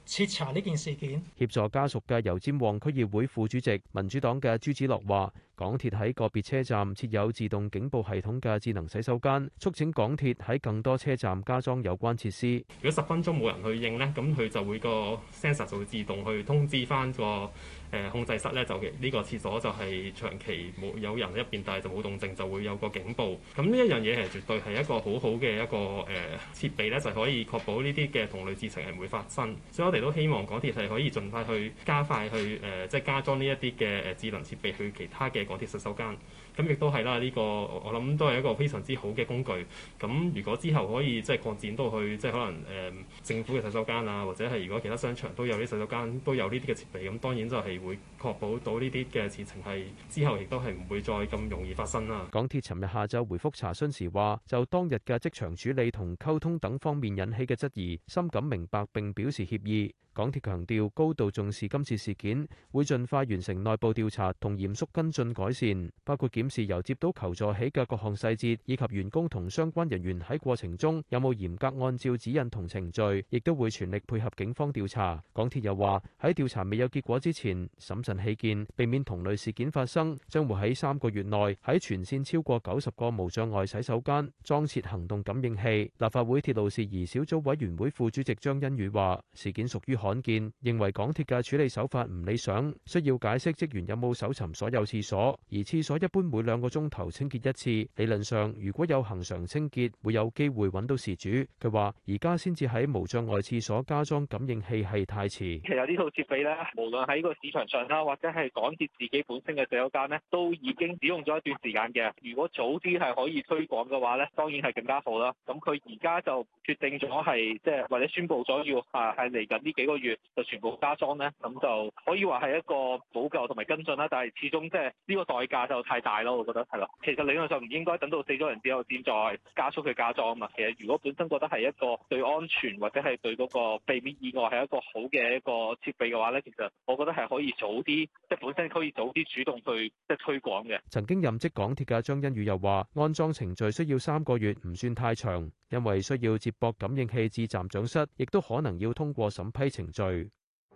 徹查呢件事件。 協助家屬嘅油尖旺區議會副主席民主黨嘅朱子樂話，港鐵喺個別車站設有自動警報系統嘅智能洗手間，促請港鐵喺更多車站加裝有關設施。 如果10分鐘冇人去應呢，咁佢就會個 sensor 就會自動去通知翻個控制室咧，就呢個廁所就係長期冇有人喺入邊，但係就冇動靜，就會有個警報。咁呢一樣嘢係絕對係一個好好嘅一個設備咧，就可以確保呢啲嘅同類事情係唔會發生。所以我哋都希望港鐵係可以盡快去加快去即係加裝呢一啲嘅智能設備去其他嘅港鐵洗手間。咁亦都係啦，呢個我諗都係一個非常之好嘅工具。咁如果之後可以即係擴展到去即係可能政府嘅洗手間啊，或者係如果其他商場都有啲洗手間都有呢啲嘅設備，咁當然就係會確保到呢啲嘅事情係之後亦都係唔會再咁容易發生啦。 港鐵尋日下晝回覆查詢時話，就當日嘅即場處理同溝通等方面引起嘅質疑，深感明白並表示歉意。港鐵強調高度重視今次事件，會盡快完成內部調查同嚴肅跟進改善，包括檢視由接到求助起嘅各項細節，以及員工同相關人員喺過程中有冇嚴格按照指引同程序，亦都會全力配合警方調查。港鐵又話喺調查未有結果之前，審慎起見，避免同類事件發生，將會喺3個月內喺全線超過90個無障礙洗手間裝設行動感應器。立法會鐵路事宜小組委員會副主席張欣宇話：事件屬於罕見，認為港鐵嘅處理手法唔理想，需要解釋職員有冇搜尋所有廁所，而廁所一般每2個鐘頭清潔一次。理論上，如果有恆常清潔，會有機會揾到事主。佢話：而家先至喺無障礙廁所加裝感應器係太遲。 其實呢套設備咧，無論喺個市場上啦，或者係港鐵自己本身嘅洗手間咧，都已經使用咗一段時間嘅。如果早啲係可以推廣嘅話咧，當然係更加好啦。咁佢而家就決定咗係即係或者宣布咗要係嚟緊呢幾個月就全部加裝咧，咁就可以話係一個補救同埋跟進啦。但係始終即係呢個代價就太大咯，我覺得係咯。其實理論上唔應該等到死咗人之後先再加速佢加裝啊嘛。其實如果本身覺得係一個對安全或者係對嗰個避免意外係一個好嘅一個設備嘅話咧，其實我覺得係可以早啲，即係本身可以早啲主動去即係推廣嘅。 曾經任職港鐵嘅張欣宇又話：安裝程序需要3個月，唔算太長，因為需要接駁感應器至站長室，亦都可能要通過審批程序。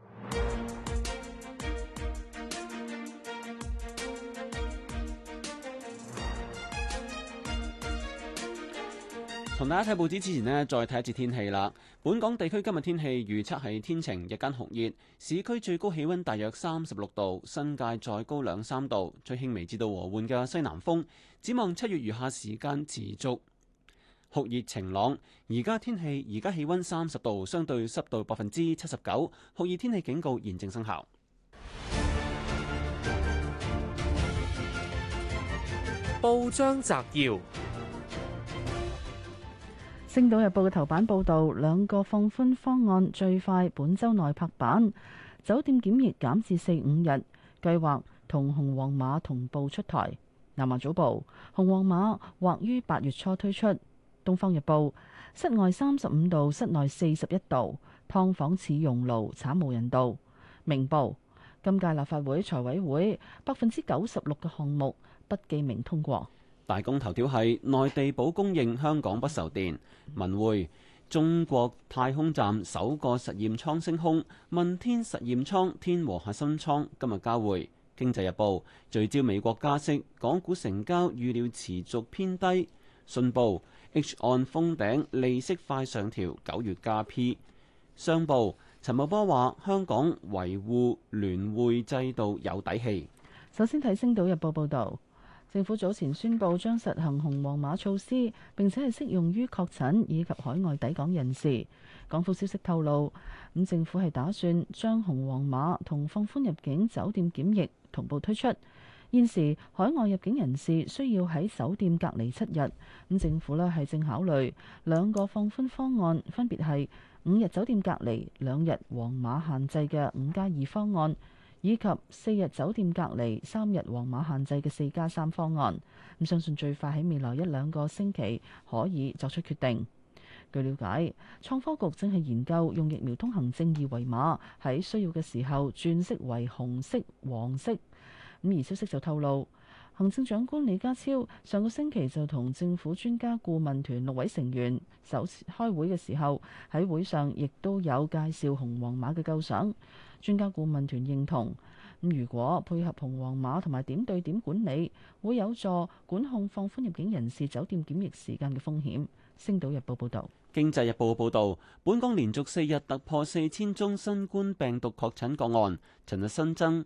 同大家睇報紙之前呢，再睇一節天氣啦。本港地區今日天氣預測係天晴，日間酷熱，市區最高氣溫大約36度，新界再高2-3度，吹輕微至到和緩嘅西南風。展望7月餘下時間持續酷熱晴朗。而家氣溫30度，相對濕度79%，酷熱天氣警告現正生效。 報章摘要。 《星島日報》嘅頭版報導，2個放寬方案最快本週內拍板，酒店檢疫減至4-5日，計劃同紅黃碼同步出台。《南華早報》紅黃碼或於8月初推出。《東方日報》室外35度，室內41度，劏房似熔爐，慘無人道。《明報》今屆立法會財委會96%嘅項目不記名通過。 大公頭條係內地保供應，香港不售電。文匯中國太空站首個實驗艙升空，問天實驗艙、天和核心艙今日交會。經濟日報聚焦美國加息，港股成交預料持續偏低。信報 H 按封頂，利息快上調，9月加 P。商報陳茂波話：香港維護聯匯制度有底氣。 首先睇《星島日報》報導。政府早前宣布將實行紅黃碼措施，並且係適用於確診以及海外抵港人士。港府消息透露，政府係打算將紅黃碼同放寬入境酒店檢疫同步推出。現時海外入境人士需要喺酒店隔離7日，政府係正考慮2個放寬方案，分別係5日酒店隔離、2日黃碼限制嘅5+2方案，以及4日酒店隔離、3日黃碼限制嘅4+3方案。相信最快喺未來1-2個星期可以作出決定。據了解，創科局正係研究用疫苗通行證2維碼喺需要嘅時候轉色為紅色、黃色。而消息就透露， 行政長官李家超上個星期就同政府專家顧問團6位成員首次開會嘅時候，喺會上亦都有介紹紅黃碼嘅構想。專家顧問團認同，如果配合紅黃碼同埋點對點管理，會有助管控放寬入境人士酒店檢疫時間嘅風險。星島日報報導。 經濟日報報導，本港連續4日突破4000宗新冠病毒確診個案，尋日新增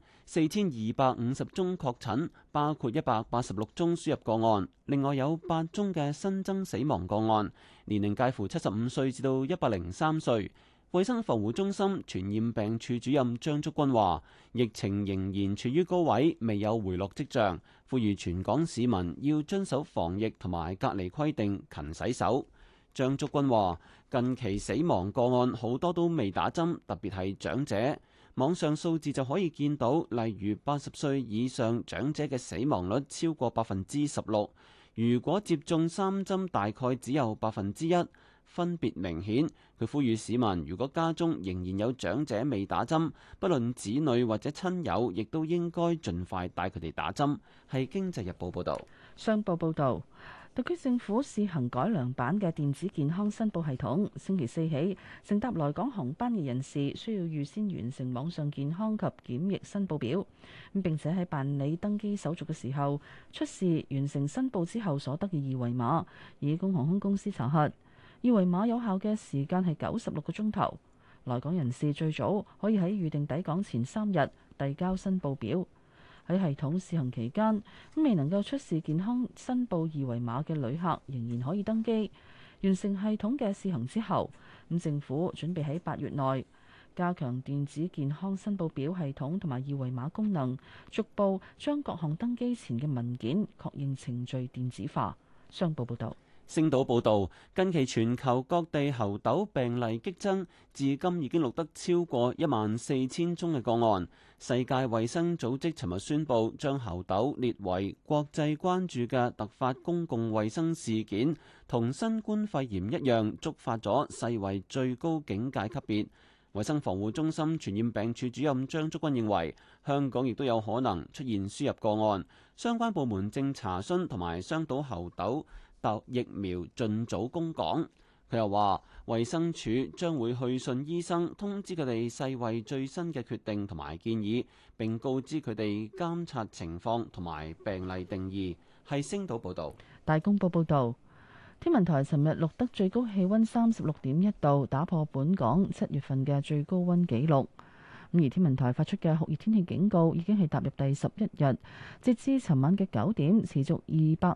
4250宗確診，包括186宗輸入個案，另外有8宗嘅新增死亡個案，年齡介乎75歲至到103歲。衛生防護中心傳染病處主任張竹君話：疫情仍然處於高位，未有回落跡象，呼籲全港市民要遵守防疫同埋隔離規定，勤洗手。張竹君話：近期死亡個案好多都未打針，特別係長者。網上數字就可以見到，例如80歲以上長者嘅死亡率超過16%，如果接種3針大概只有1%，分別明顯。佢呼籲市民，如果家中仍然有長者未打針，不論子女或者親友，亦都應該盡快帶佢哋打針。係經濟日報報導。 商報報導。特區政府試行改良版嘅電子健康申報系統，星期4起，乘搭來港航班嘅人士需要預先完成網上健康及檢疫申報表，並且喺辦理登機手續嘅時候出示完成申報之後所得嘅二維碼，以供航空公司查核。二維碼有效嘅時間係96個鐘頭。來港人士最早可以喺預定抵港前3日遞交申報表。喺系統試行期間，未能夠出示健康申報二維碼嘅旅客仍然可以登機。完成系統嘅試行之後，政府準備喺8月內加強電子健康申報表系統同埋二維碼功能，逐步將各項登機前嘅文件確認程序電子化。商報報導。 星島報導，近期全球各地猴痘病例激增，至今已經錄得超過14000宗嘅個案。世界衛生組織尋日宣布，將猴痘列為國際關注嘅突發公共衛生事件，同新冠肺炎一樣，觸發咗世衛最高警戒級別。衛生防護中心傳染病處主任張竹君認為，香港亦都有可能出現輸入個案，相關部門正查詢同埋商討猴痘疫苗盡早供港。佢又話，衛生署將會去信醫生，通知佢哋世衛最新嘅決定同埋建議，並告知佢哋監察情況同埋病例定義。係星島報導。 大公報報導，天文台尋日錄得最高氣温36.1度，打破本港7月份嘅最高温紀錄。而天文台發出嘅酷熱天氣警告已經係踏入第11日，截至尋晚嘅9點，持續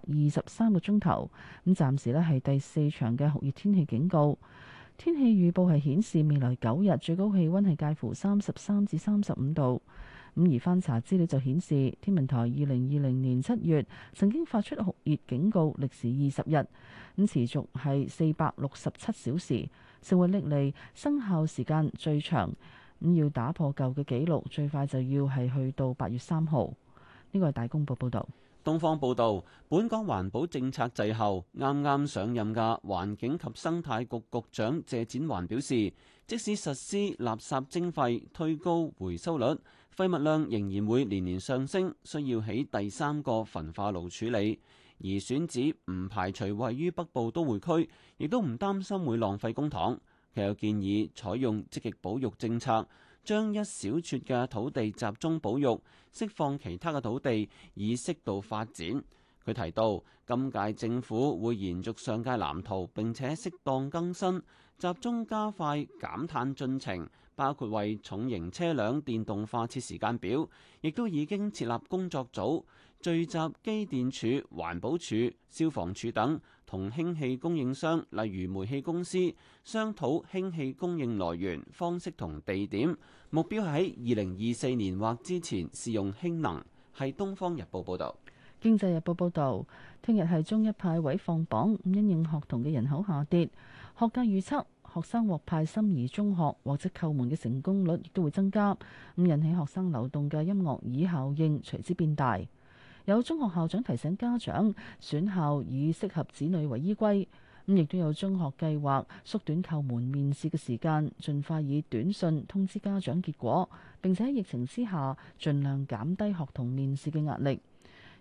223個鐘頭。暫時係第4場嘅酷熱天氣警告。天氣預報係顯示未來9日最高氣温係介乎33至35度。而翻查資料就顯示，天文台2020年7月曾經發出酷熱警告，歷時20日，持續係467小時，成為歷嚟生效時間最長。要打破舊嘅紀錄，最快就要係去到8月3號。呢個係大公報報導。 東方報導，本港環保政策滯後，啱啱上任嘅環境及生態局局長謝展寰表示，即使實施垃圾徵費，推高回收率，廢物量仍然會年年上升，需要起第3個焚化爐處理。而選址唔排除位於北部都會區，亦都唔擔心會浪費公帑。佢有建議採用積極保育政策，將一小撮嘅土地集中保育，釋放其他嘅土地以適度發展。佢提到，今屆政府會延續上屆藍圖，並且適當更新，集中加快減碳進程，包括為重型車輛電動化設時間表，亦都已經設立工作組，聚集機電署、環保署、消防處等同氫氣供應商，例如煤氣公司，商討氫氣供應來源、方式同地點，目標係喺2024年或之前試用氫能。係《東方日報》報導。 《經濟日報》報導，聽日係中一派位放榜，因應學童嘅人口下跌，學界預測學生獲派心儀中學或者叩門嘅成功率亦都會增加，引起學生流動嘅音樂椅效應隨之變大。有中學校長提醒家長選校以適合子女為依歸，亦都有中學計劃縮短叩門面試嘅時間，盡快以短信通知家長結果，並且喺疫情之下盡量減低學童面試嘅壓力。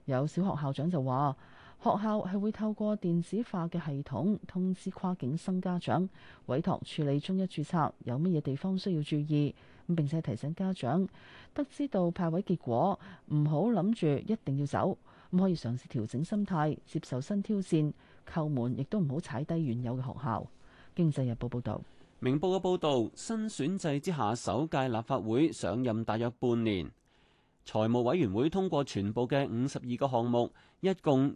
有小學校長就話，學校係會透過電子化嘅系統通知跨境生家長，委託處理中一註冊有乜嘢地方需要注意，咁並且提醒家長，得知到派位結果唔好諗住一定要走，咁可以嘗試調整心態，接受新挑戰，叩門亦都唔好踩低原有嘅學校。經濟日報報導。 明報嘅報導，新選制之下首屆立法會上任大約半年，財務委員會通過全部嘅52個項目，一共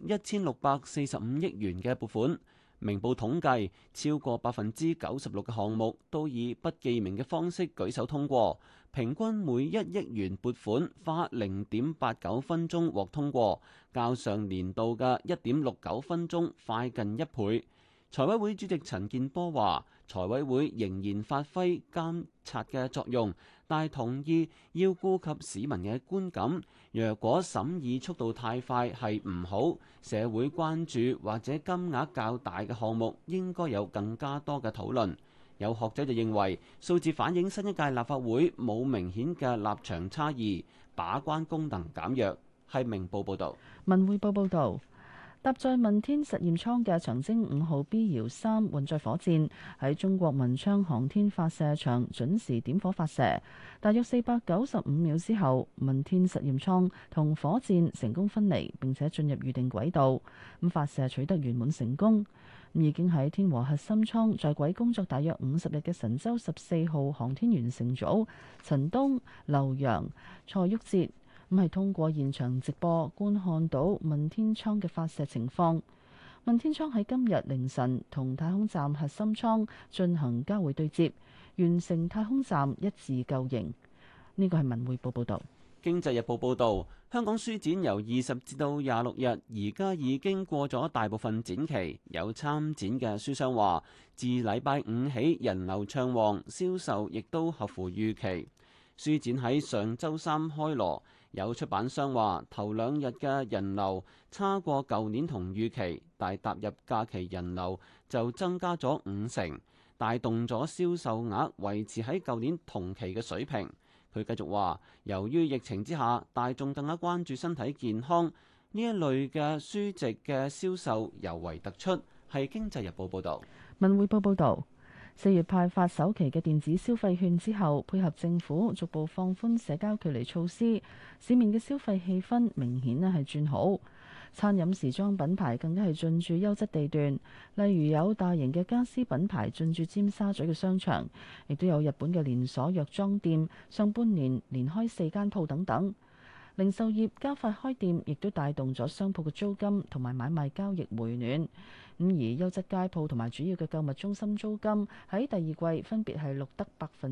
1645億元嘅撥款。明報統計，超過96%嘅項目都以不記名嘅方式舉手通過，平均每1億元撥款花0.89分鐘獲通過，較上年度嘅1.69分鐘快近1倍。財委會主席陳健波話，財委會仍然發揮監察嘅作用，但係同意要顧及市民嘅觀感。若果審議速度太快係唔好，社會關注或者金額較大嘅項目應該有更加多嘅討論。有學者就認為，數字反映新一屆立法會冇明顯嘅立場差異，把關功能減弱。係明報報導。 文匯報報導。搭載問天實驗艙嘅長征5號 B 遙3運載火箭喺中國文昌航天發射場準時點火發射，大約495秒之後，問天實驗艙同火箭成功分離，並且進入預定軌道，咁發射取得圓滿成功。已經喺天和核心艙在軌工作大約50日嘅神舟14號航天員乘組陳冬、劉洋、蔡旭哲，係通過現場直播觀看到問天艙嘅發射情況。問天艙喺今日凌晨同太空站核心艙進行交會對接，完成太空站一致構型。呢個係文匯報報導。 經濟日報報導，香港書展由20至到26日，而家已經過咗大部分展期。有參展嘅書商話，自禮拜五起人流暢旺，銷售亦都合乎預期。書展喺上週三開鑼。有出版商話，頭2日嘅人流差過舊年同預期，但踏入假期人流就增加咗50%，帶動咗銷售額維持喺舊年同期嘅水平。佢繼續話，由於疫情之下，大眾更加關注身體健康，呢一類嘅書籍嘅銷售尤為突出。係《經濟日報》報導。 文匯報報導。4月派發首期嘅電子消費券之後，配合政府逐步放寬社交距離措施，市面嘅消費氣氛明顯係轉好。餐飲時裝品牌更加係進駐優質地段，例如有大型嘅家私品牌進駐尖沙咀嘅商場，亦都有日本嘅連鎖藥妝店，上半年連開4間鋪等等。零售業加快開店，亦都帶動咗商鋪嘅租金同埋買賣交易回暖。而優質街鋪同埋主要嘅購物中心租金喺第二季分別係錄得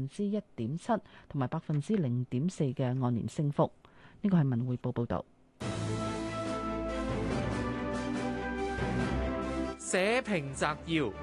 1.7%同埋0.4%嘅按年升幅。呢個係文匯報報導。 社評摘要。《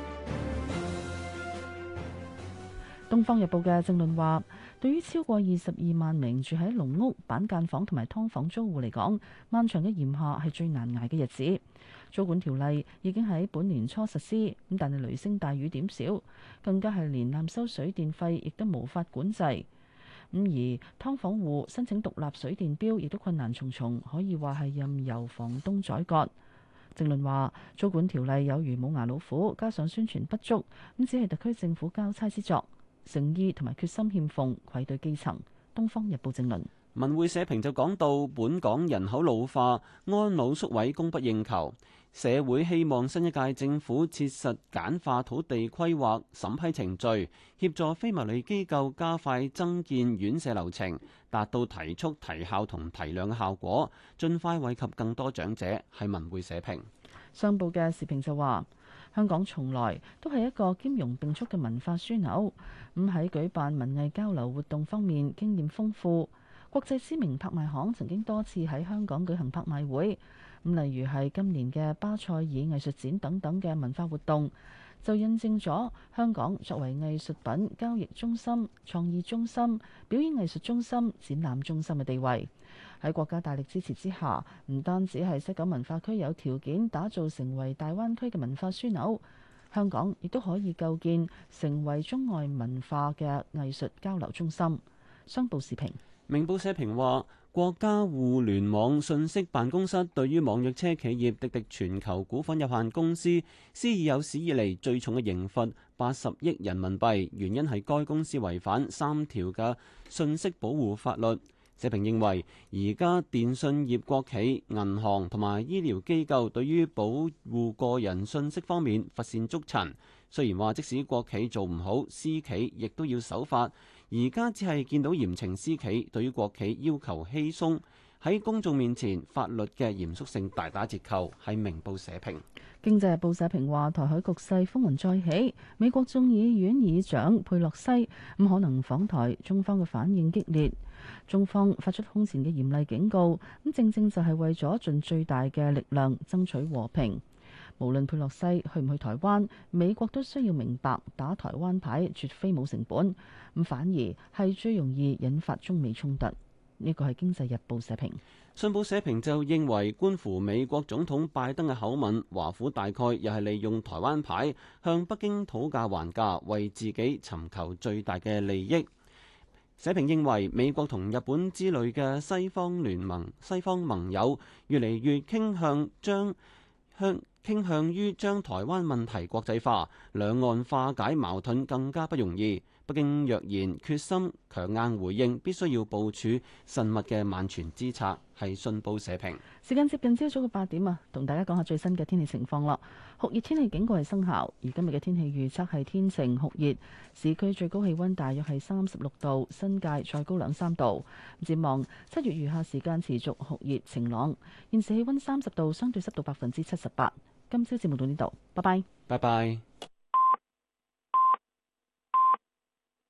東方日報》嘅政論話，對於超過22萬名住喺籠屋、板間房同埋劏房租戶嚟講，漫長嘅炎夏係最難捱嘅日子。租管條例已經喺本年初實施，咁但係雷聲大雨點少，更加係連濫收水電費亦都無法管制。咁而劏房戶申請獨立水電錶亦都困難重重，可以話係任由房東宰割。政論話，租管條例有如冇牙老虎，加上宣傳不足，咁只係特區政府交差之作，誠意同埋決心欠奉，愧對基層。《東方日報》政論。 文匯社評就講到，本港人口老化，安老宿位供不應求，社會希望新一屆政府切實簡化土地規劃審批程序，協助非牟利機構加快增建院舍流程，達到提速、提效同提量嘅效果，盡快惠及更多長者。係文匯社評。 商報嘅時評就話，香港從來都係一個兼容並蓄嘅文化樞紐，咁喺舉辦文藝交流活動方面經驗豐富。國際知名拍賣行曾經多次喺香港舉行拍賣會，咁例如係今年嘅巴塞爾藝術展等等嘅文化活動，就印證咗香港作為藝術品交易中心、創意中心、表演藝術中心、展覽中心嘅地位。喺國家大力支持之下，唔單止係西九文化區有條件打造成為大灣區嘅文化樞紐，香港亦都可以構建成為中外文化嘅藝術交流中心。商報時評。 明報社評話，國家互聯網信息辦公室對於網約車企業滴滴全球股份有限公司施以有史以嚟最重嘅刑罰80億人民幣，原因係該公司違反3條嘅信息保護法律。社評認為，而家電信業國企、銀行同埋醫療機構對於保護個人信息方面乏善足陳。雖然話即使國企做唔好，私企亦都要守法。而家只係見到嚴懲私企，對於國企要求稀鬆，喺公眾面前法律嘅嚴肅性大打折扣。係明報社評。 經濟日報社評話，台海局勢風雲再起，美國眾議院議長佩洛西可能訪台，中方嘅反應激烈，中方發出空前嘅嚴厲警告，正正就係為咗盡最大嘅力量爭取和平。無論佩洛西去唔去台灣，美國都需要明白打台灣牌絕非冇成本，反而係最容易引發中美衝突。呢個係經濟日報社評。 信報社評就認為，觀乎美國總統拜登嘅口吻，華府大概又係利用台灣牌向北京討價還價，為自己尋求最大嘅利益。社評認為，美國同日本之類嘅西方盟友越嚟越傾向於將台灣問題國際化，兩岸化解矛盾更加不容易。北京若然決心強硬回應，必須要部署慎密嘅萬全之策。係信報社評。 時間接近朝早嘅8點啊，同大家講下最新嘅天氣情況啦。酷熱天氣警告係生效，而今日嘅天氣預測係天晴酷熱，市區最高氣溫大約係36度，新界再高2-3度。展望7月餘下時間持續酷熱晴朗，現時氣溫30度，相對濕度78%。今朝節目到呢度，拜拜。 拜拜。